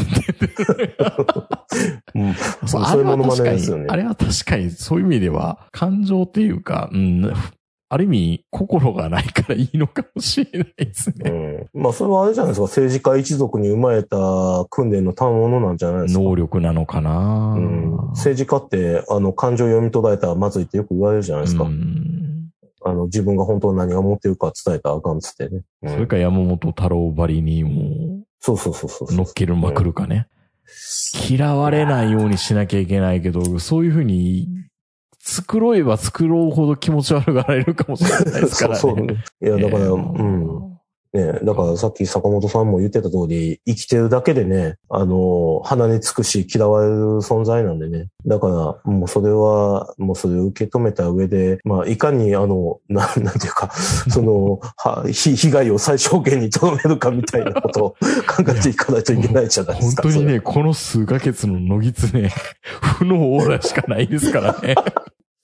そういうものまねですよね。 あれは確かにそういう意味では、感情っていうか、ある意味、心がないからいいのかもしれないですね。 まあ、それはあれじゃないですか。政治家一族に生まれた訓練の賜物なんじゃないですか。 能力なのかな、 政治家って、感情読み捉えたらまずいってよく言われるじゃないですか。自分が本当に何が持ってるか伝えたらあかんつってね。 それか山本太郎ばりにもそう。 乗っけるまくるかね。嫌われないようにしなきゃいけないけど、そういうふうに、作ろえば作ろうほど気持ち悪がられるかもしれないですからね。そう。 いや、だから、ね、だからさっき坂本さんも言ってた通り、生きてるだけでね、鼻につくし嫌われる存在なんでね。だから、もうそれを受け止めた上で、まあ、いかになんていうか、被害を最小限に留めるかみたいなことを考えていかないといけないじゃないですか。 本当にね、この数ヶ月の野狐、負のオーラしかないですからね。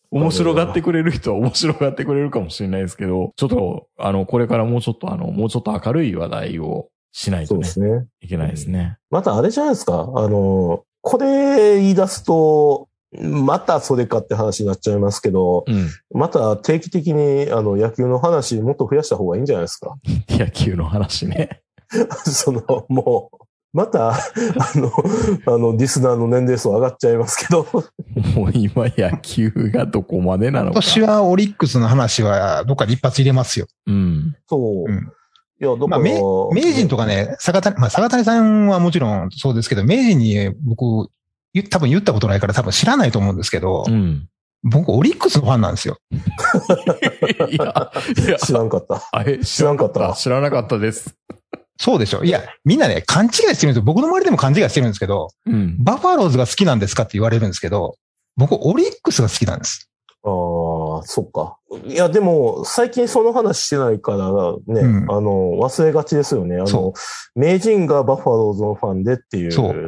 面白がってくれる人は面白がってくれるかもしれないですけど、ちょっと、これからもうちょっと明るい話題をしないとね、 そうですね。 いけないですね。 またあれじゃないですか。これ言い出すと、またそれかって話になっちゃいますけど、また定期的に野球の話もっと増やした方がいいんじゃないですか。 野球の話ね。 もう、また、リスナーの年齢層上がっちゃいますけど。 もう今野球がどこまでなのか。 今年はオリックスの話はどっかで一発入れますよ。 そう。いや、 まあ、名人とかね、坂谷さんはもちろんそうですけど、名人に僕、多分言ったことないから多分知らないと思うんですけど、僕、オリックスのファンなんですよ。 いや、 知らんかった。 知らなかったです。 そうでしょ。いや、みんなね、勘違いしてるんですよ。僕の周りでも勘違いしてるんですけど、バファローズが好きなんですかって言われるんですけど、僕、オリックスが好きなんです。 ああ、そっか。いや、でも、最近その話してないからね、忘れがちですよね。名人がバファローズのファンでっていう。 そう。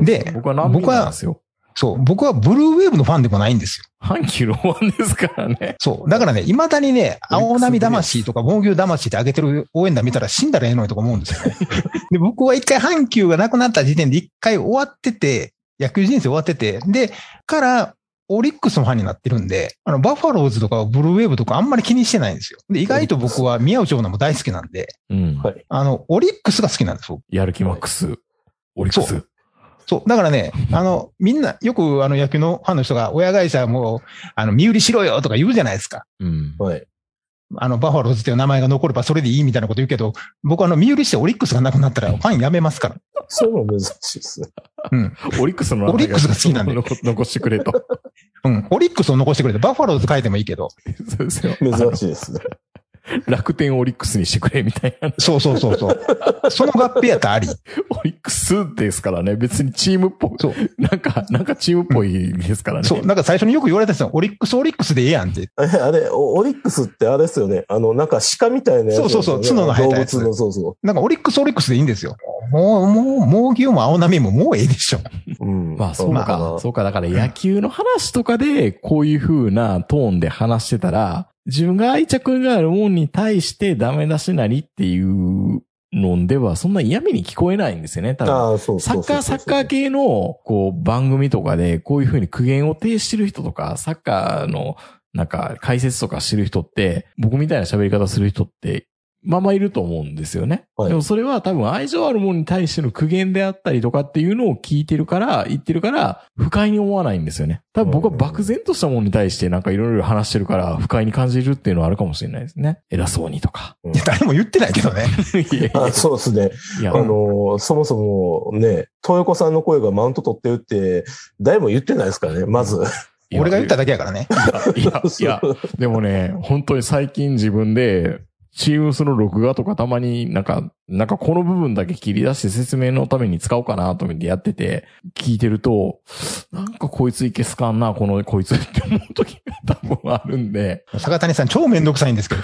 で、 僕はなんですよ。 そう。僕はブルーウェーブのファンでもないんですよ。 阪急のファンですからね。 そう。だからね、未だにね、青波魂とか防御魂って上げてる応援団見たら死んだらええのにとか思うんですよね。で、僕は一回阪急がなくなった時点で一回終わってて、野球人生終わってて、で、からオリックスのファンになってるんで、バファローズとかブルーウェーブとかあんまり気にしてないんですよ。で、意外と僕は宮内長男も大好きなんで、オリックスが好きなんですよ。 やる気マックス。オリックス。 そう。だからね、みんな、よく野球のファンの人が、親会社も、身売りしろよとか言うじゃないですか。 はい。 バファローズっていう名前が残ればそれでいいみたいなこと言うけど、僕身売りしてオリックスがなくなったらファンやめますから。 そういうの珍しいですね。 オリックスのオリックスが好きなんで。 残してくれと。 オリックスを残してくれて、バファローズ書いてもいいけど。 そうですよ。 珍しいですね。 楽天オリックスにしてくれみたいな。 そう。その合併やったらあり。 オリックスですからね。別にチームっぽい。そう。なんかチームっぽいですからね。 そう。なんか最初によく言われたんですよ。オリックスでええやんって。 あれ、オリックスってあれですよね。なんか鹿みたいなやつ、ね。そう。 角の生えたやつ。 動物の、そう。 なんかオリックスでいいんですよ。もう牛も青波ももうええでしょ。 まあそうか。だから野球の話とかでこういう風なトーンで話してたら、自分が愛着があるもんに対してダメ出しなりっていうのではそんな嫌味に聞こえないんですよね。多分。サッカー系の番組とかでこういう風に苦言を呈してる人とか、サッカーのなんか解説とかしてる人って、僕みたいな喋り方する人ってまあまあいると思うんですよね。でもそれは多分愛情あるものに対しての苦言であったりとかっていうのを聞いてるから、言ってるから、不快に思わないんですよね。多分僕は漠然としたものに対してなんかいろいろ話してるから、不快に感じるっていうのはあるかもしれないですね。偉そうにとか。 いや、誰も言ってないけどね。 そうですね。そもそもね、東横さんの声がマウント取ってるって、誰も言ってないですからね、まず。 俺が言っただけやからね。 いや、でもね、本当に最近自分で、チームスの録画とかたまになんかこの部分だけ切り出して説明のために使おうかなと思ってやってて、聞いてると、なんかこいついけすかんな、こいつって思う時が多分あるんで。 坂谷さん超めんどくさいんですけど。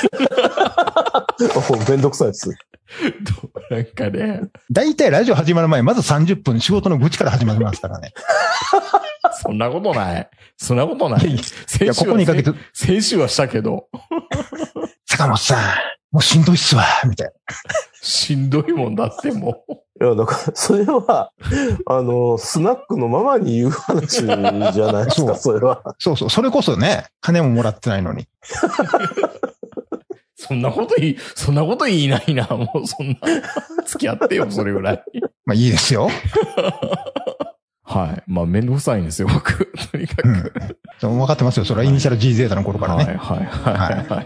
めんどくさいです。 なんかね。 だいたいラジオ始まる前、まず30分仕事の愚痴から始まりますからね。 そんなことない。先週はしたけど。 坂本さん、もうしんどいっすわ、みたいな。 しんどいもんだってもう。 いや、だから、それは、スナックのママに言う話じゃないですか、それは。 そう。それこそね、金ももらってないのに。 そんなこと言いないな、もうそんな。付き合ってよ、それぐらい。 まあいいですよ。 はい。まあめんどくさいんですよ、僕。とにかく。 分かってますよ。それはイニシャル G ゼータの頃からね。 はい。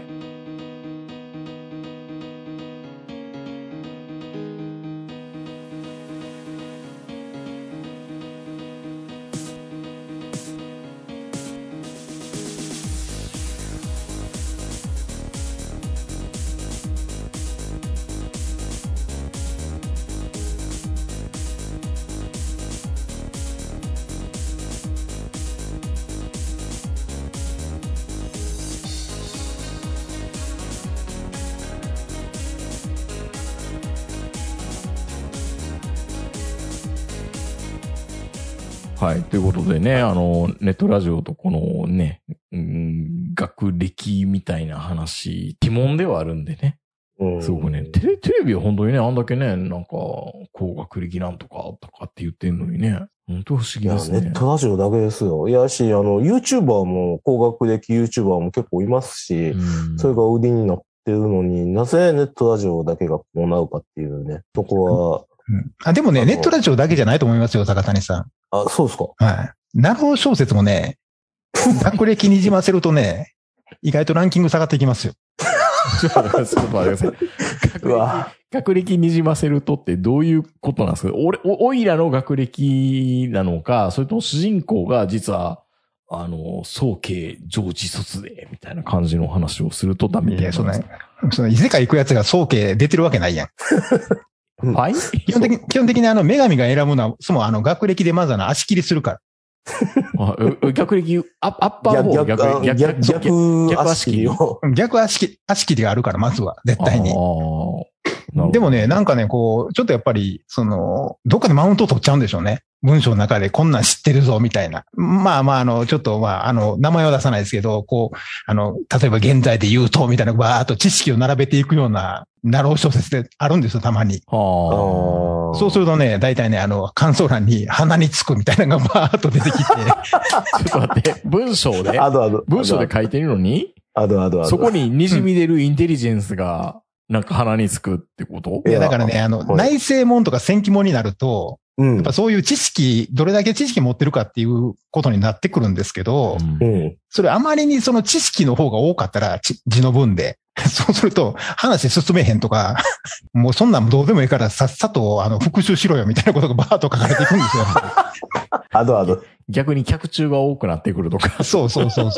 はい。ということでね、ネットラジオとこのね、学歴みたいな話、疑問ではあるんでね。すごくね、テレビは本当にね、あんだけね、なんか、高学歴なんとかって言ってんのにね、本当不思議ですね。 ネットラジオだけですよ。いやし、YouTuber も、高学歴 YouTuber も結構いますし、それが売りになってるのになぜネットラジオだけがこうなるかっていうね、そこは。でもね、ネットラジオだけじゃないと思いますよ、坂谷さん。 そうですか。 はい。ナロー小説もね、学歴にじませるとね、意外とランキング下がっていきますよ。 ちょっと待ってください。学歴にじませるとってどういうことなんですか？おいらの学歴なのか、それとも主人公が実は、早慶上智卒で、みたいな感じの話をするとダメですか？ その異世界行くやつが早慶出てるわけないやん。 はい？ 基本的に女神が選ぶのは、その学歴でまず足切りするから。 学歴、アッパーボー逆足切りを。 逆足切りがあるから、まずは、絶対に。でもね、なんかね、こう、ちょっとやっぱり、どっかでマウント取っちゃうんでしょうね。文章の中でこんなん知ってるぞ、みたいな。まあ、ちょっと、名前は出さないですけど、こう、例えば現在で言うと、みたいな、バーっと知識を並べていくような、ナロー小説であるんですよ、たまに。そうするとね、大体ね、感想欄に鼻につくみたいなのがバーっと出てきて。ちょっと待って、文章で書いてるのにそこに滲み出るインテリジェンスが、なんか鼻につくってこと？ いや、だからね、内政門とか戦記門になると、やっぱそういう知識、どれだけ知識持ってるかっていうことになってくるんですけど、それあまりにその知識の方が多かったら、字の分で。そうすると、話進めへんとか、もうそんなんどうでもいいからさっさと復習しろよみたいなことがバーッと書かれていくんですよ。 逆に客中が多くなってくるとか。 そう。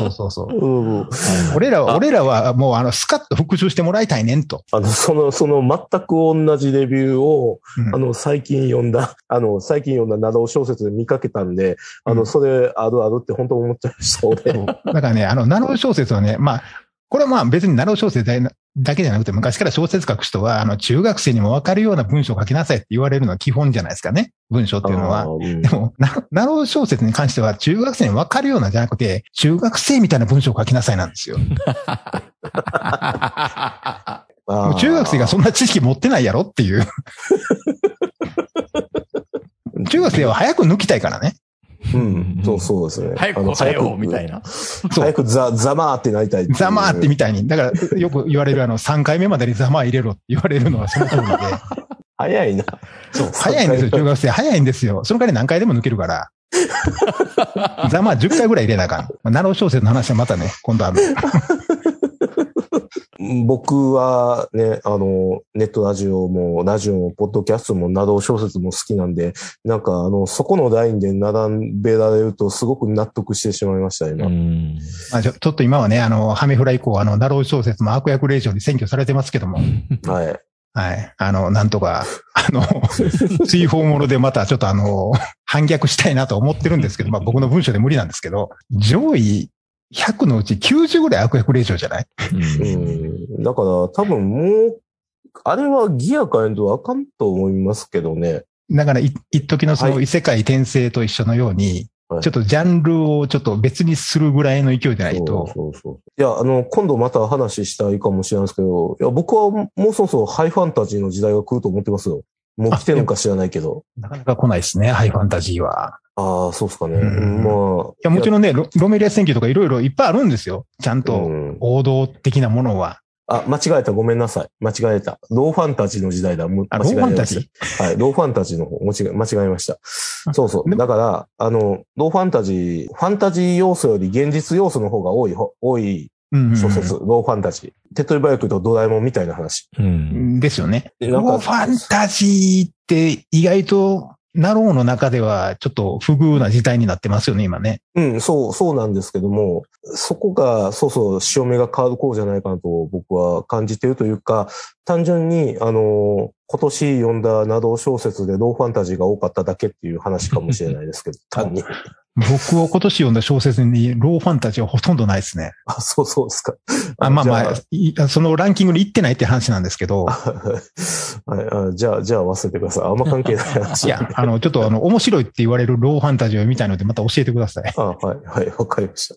俺らはもうスカッと復習してもらいたいねんと。 その全く同じレビューを、最近読んだナロー小説で見かけたんで、それあるあるって本当思っちゃいました、俺。 だからね、ナロー小説はね、まあ、これはまあ別にナロー小説だけじゃなくて、昔から小説書く人は、中学生にもわかるような文章を書きなさいって言われるのは基本じゃないですかね。文章っていうのは。でも、ナロー小説に関しては、中学生にわかるようなじゃなくて、中学生みたいな文章を書きなさいなんですよ。もう中学生がそんな知識持ってないやろっていう。中学生は早く抜きたいからね。 そうですね。 早く答えようみたいな。 早くザマーってなりたい。 ザマーってみたいに。だからよく言われる3回目までにザマー入れろって言われるのはその通りで。 早いな。 そう。早いんですよ、中学生。早いんですよ。その代わり何回でも抜けるから。ザマー10回ぐらい入れなあかん。ナロー小説の話はまたね、今度ある。 僕はね、ネットラジオも、ポッドキャストも、ナロー小説も好きなんで、なんかそこのラインで並べられるとすごく納得してしまいました、今。 ちょっと今はね、ハメフラ以降、ナロー小説も悪役令嬢に占拠されてますけども。 はい。 はい。なんとか、追放ものでまたちょっと反逆したいなと思ってるんですけど、まあ僕の文章で無理なんですけど、上位100のうち90ぐらい悪役令嬢じゃない？ だから多分もう、あれはギア変えんとあかんと思いますけどね。 だから一時のその異世界転生と一緒のように、ちょっとジャンルをちょっと別にするぐらいの勢いでないと。 いや、今度また話したいかもしれないですけど、いや、僕はもうそろそろハイファンタジーの時代が来ると思ってますよ。もう来てるのか知らないけど。 なかなか来ないですね、ハイファンタジーは。 ああ、そうですかね。 まあ。いや、もちろんね、ロメリア戦記とかいろいろいっぱいあるんですよ。ちゃんと王道的なものは。 間違えた。ごめんなさい。間違えた。ローファンタジーの時代だ。 ローファンタジーはい。ローファンタジーの方、間違えました。そうそう。だから、ローファンタジー要素より現実要素の方が多い小説、ローファンタジー。手っ取り早く言うとドラえもんみたいな話。 ですよね。ローファンタジーって意外と、ナローの中ではちょっと不遇な事態になってますよね、今ね。 そうなんですけども、そこが、潮目が変わる頃じゃないかなと僕は感じているというか、単純に、今年読んだナロー小説でローファンタジーが多かっただけっていう話かもしれないですけど、単に。 僕を今年読んだ小説にローファンタジーはほとんどないですね。 あ、そうですか。 まあ、そのランキングに行ってないって話なんですけど。 はい、じゃあ忘れてください。あんま関係ない話。 いや、ちょっと面白いって言われるローファンタジーを見たいので、また教えてください。 はい、わかりました。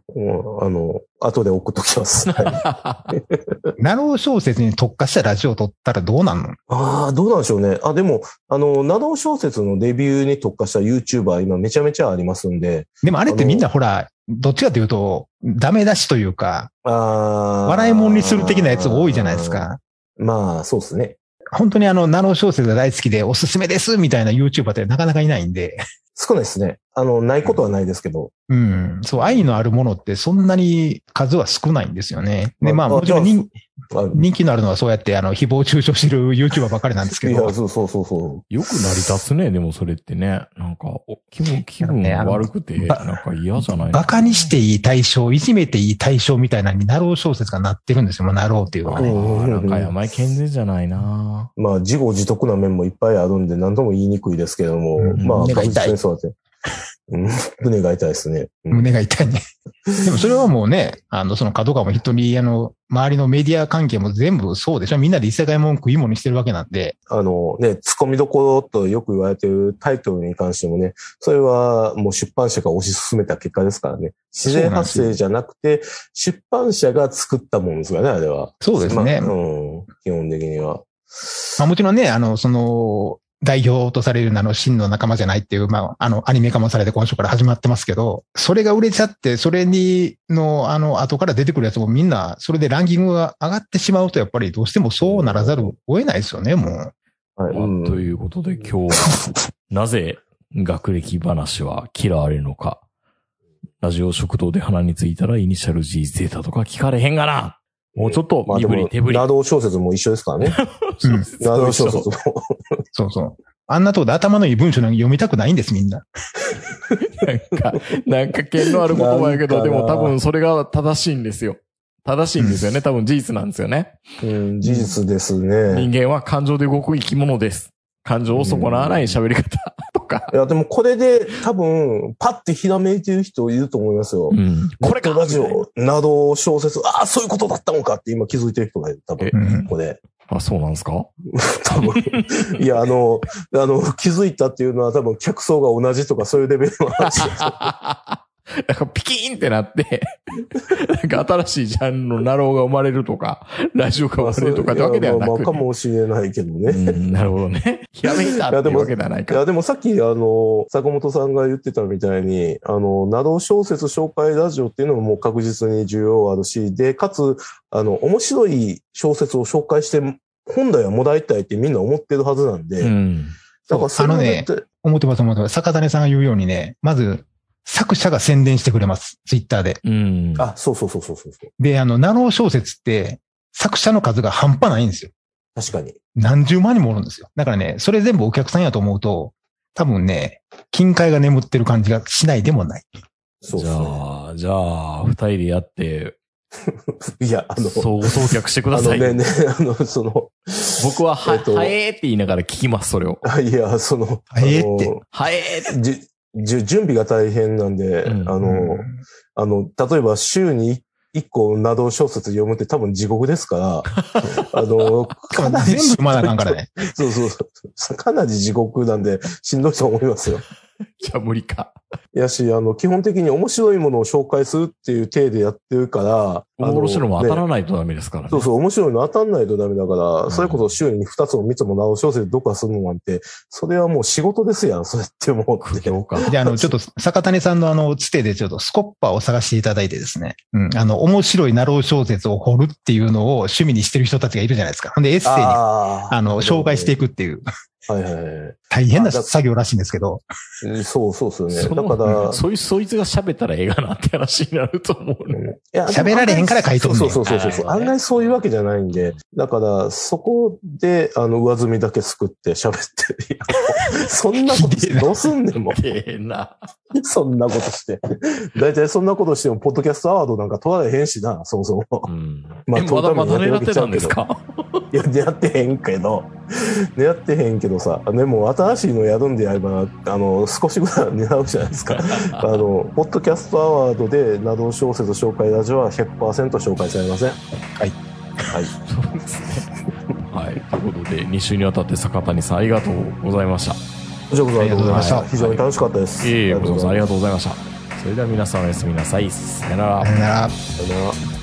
後で送っときます。 ナロー小説に特化したラジオを撮ったらどうなんの？ どうなんでしょうね。でも、ナロー小説のレビューに特化した YouTuber 今めちゃめちゃありますんで。 でもあれってみんなほら、どっちかというと、ダメ出しというか、笑い物にする的なやつ多いじゃないですか。 まあ、そうですね。 本当にナロー小説が大好きでおすすめですみたいな YouTuber ってなかなかいないんで。 少ないですね。ないことはないですけど。 うん。そう、愛のあるものってそんなに数は少ないんですよね。で、まあ、もちろん人気のあるのはそうやって誹謗中傷してる YouTuber ばかりなんですけど。 いや、そう。 よく成り立つね、でもそれってね。なんか、気分悪くて、なんか嫌じゃないバカにしていい対象、いじめていい対象みたいなにナロー小説がなってるんですよ、ナローっていうのはね。 なんか甘い健全じゃないな。 まあ、自業自得な面もいっぱいあるんで、何とも言いにくいですけども、まあ、 胸が痛い。 胸が痛いですね。 胸が痛いね。でもそれはもうね、その角川も人に、周りのメディア関係も全部そうでしょ。みんなで一世界文句いいものにしてるわけなんで。 突っ込みどころとよく言われているタイトルに関してもね、それはもう出版社が推し進めた結果ですからね。自然発生じゃなくて、出版社が作ったものですからね、あれは。 そうですね。 基本的には。 まあもちろんね、代表とされる真の仲間じゃないっていう、まあ、アニメ化もされて今週から始まってますけど、それが売れちゃって、それ後から出てくるやつもみんな、それでランキングが上がってしまうと、やっぱりどうしてもそうならざるを得ないですよね、もう。 はい。ということで今日は、なぜ学歴話は嫌われるのか。ラジオ食堂で鼻についたらイニシャル G ゼータとか聞かれへんがな。もうちょっと身振り手振り。 ナロー小説も一緒ですからね。ナロー小説も。 そうそう。あんなとこで頭のいい文章なんか読みたくないんです、みんな。 なんか剣のある言葉やけど、でも多分それが正しいんですよ。正しいんですよね。多分事実なんですよね。 事実ですね。 人間は感情で動く生き物です。感情を損なわない喋り方とか。 いや、でもこれで多分、パッてひらめいてる人いると思いますよ。これかラジオなど小説、そういうことだったのかって今気づいてる人がいる。多分、これ。 そうなんですか多分。いや、気づいたっていうのは多分客層が同じとかそういうレベルの話です。 なんかピキーンってなって、なんか新しいジャンルのナローが生まれるとか、ラジオが生まれるとかってわけではなくて。 かもしれないけどね。 なるほどね。ひらめいたっていうわけではないか。 いや、でもさっき坂本さんが言ってたみたいに、ナロー小説紹介ラジオっていうのももう確実に需要あるし、で、かつ、面白い小説を紹介して、本来はもらいたいってみんな思ってるはずなんで。 だから思ってます。坂谷さんが言うようにね、まず、作者が宣伝してくれます。ツイッターで。 そう。 で、ナロー小説って、作者の数が半端ないんですよ。 確かに。 何十万にもおるんですよ。だからね、それ全部お客さんやと思うと、多分ね、金塊が眠ってる感じがしないでもない。 じゃあ、二人でやって、 いや、 送客してください。僕は、はえーって言いながら聞きます、それを。 はえーって。 はえーって。 準備が大変なんで、例えば週に1個など小説読むって多分地獄ですから、 かなり全部まだなんからね。 そう。かなり地獄なんで、しんどいと思いますよ。 じゃあ無理か。 やし、基本的に面白いものを紹介するっていう体でやってるから、 面白いのも当たらないとダメですからね。 そう、面白いの当たんないとダメだから、それこそ週に2つも3つもなお小説読破するのなんて、それはもう仕事ですやん、そうやって思って。 で、ちょっと坂谷さんのつてでちょっとスコッパーを探していただいてですね、面白いナロー小説を掘るっていうのを趣味にしてる人たちがいるじゃないですか。で、エッセイに、紹介していくっていう。大変な作業らしいんですけど。 そうですよね。だから、 そいつが喋ったらええがなって話になると思うね。 喋られへんから書いとんねん。 そう。案外そういうわけじゃないんで、だから、そこで、上積みだけ作って喋って。そんなことしてどうすんねんもん。そんなことして。だいたいそんなことしても、ポッドキャストアワードなんか取られへんしな、そもそも。 まだ狙ってたんですか？ いや、狙ってへんけどさ、でも新しいのやるんであれば、少しぐらいは狙うじゃないですか。ポッドキャストアワードで、など小説紹介ラジオは 100% 紹介されません。はい。はい。 そうですね。はい。ということで、2週にわたって坂谷さんありがとうございました。 こちらこそありがとうございました。非常に楽しかったです。 こちらこそありがとうございました。それでは皆さんおやすみなさい。さよなら。 さよなら。 さよなら。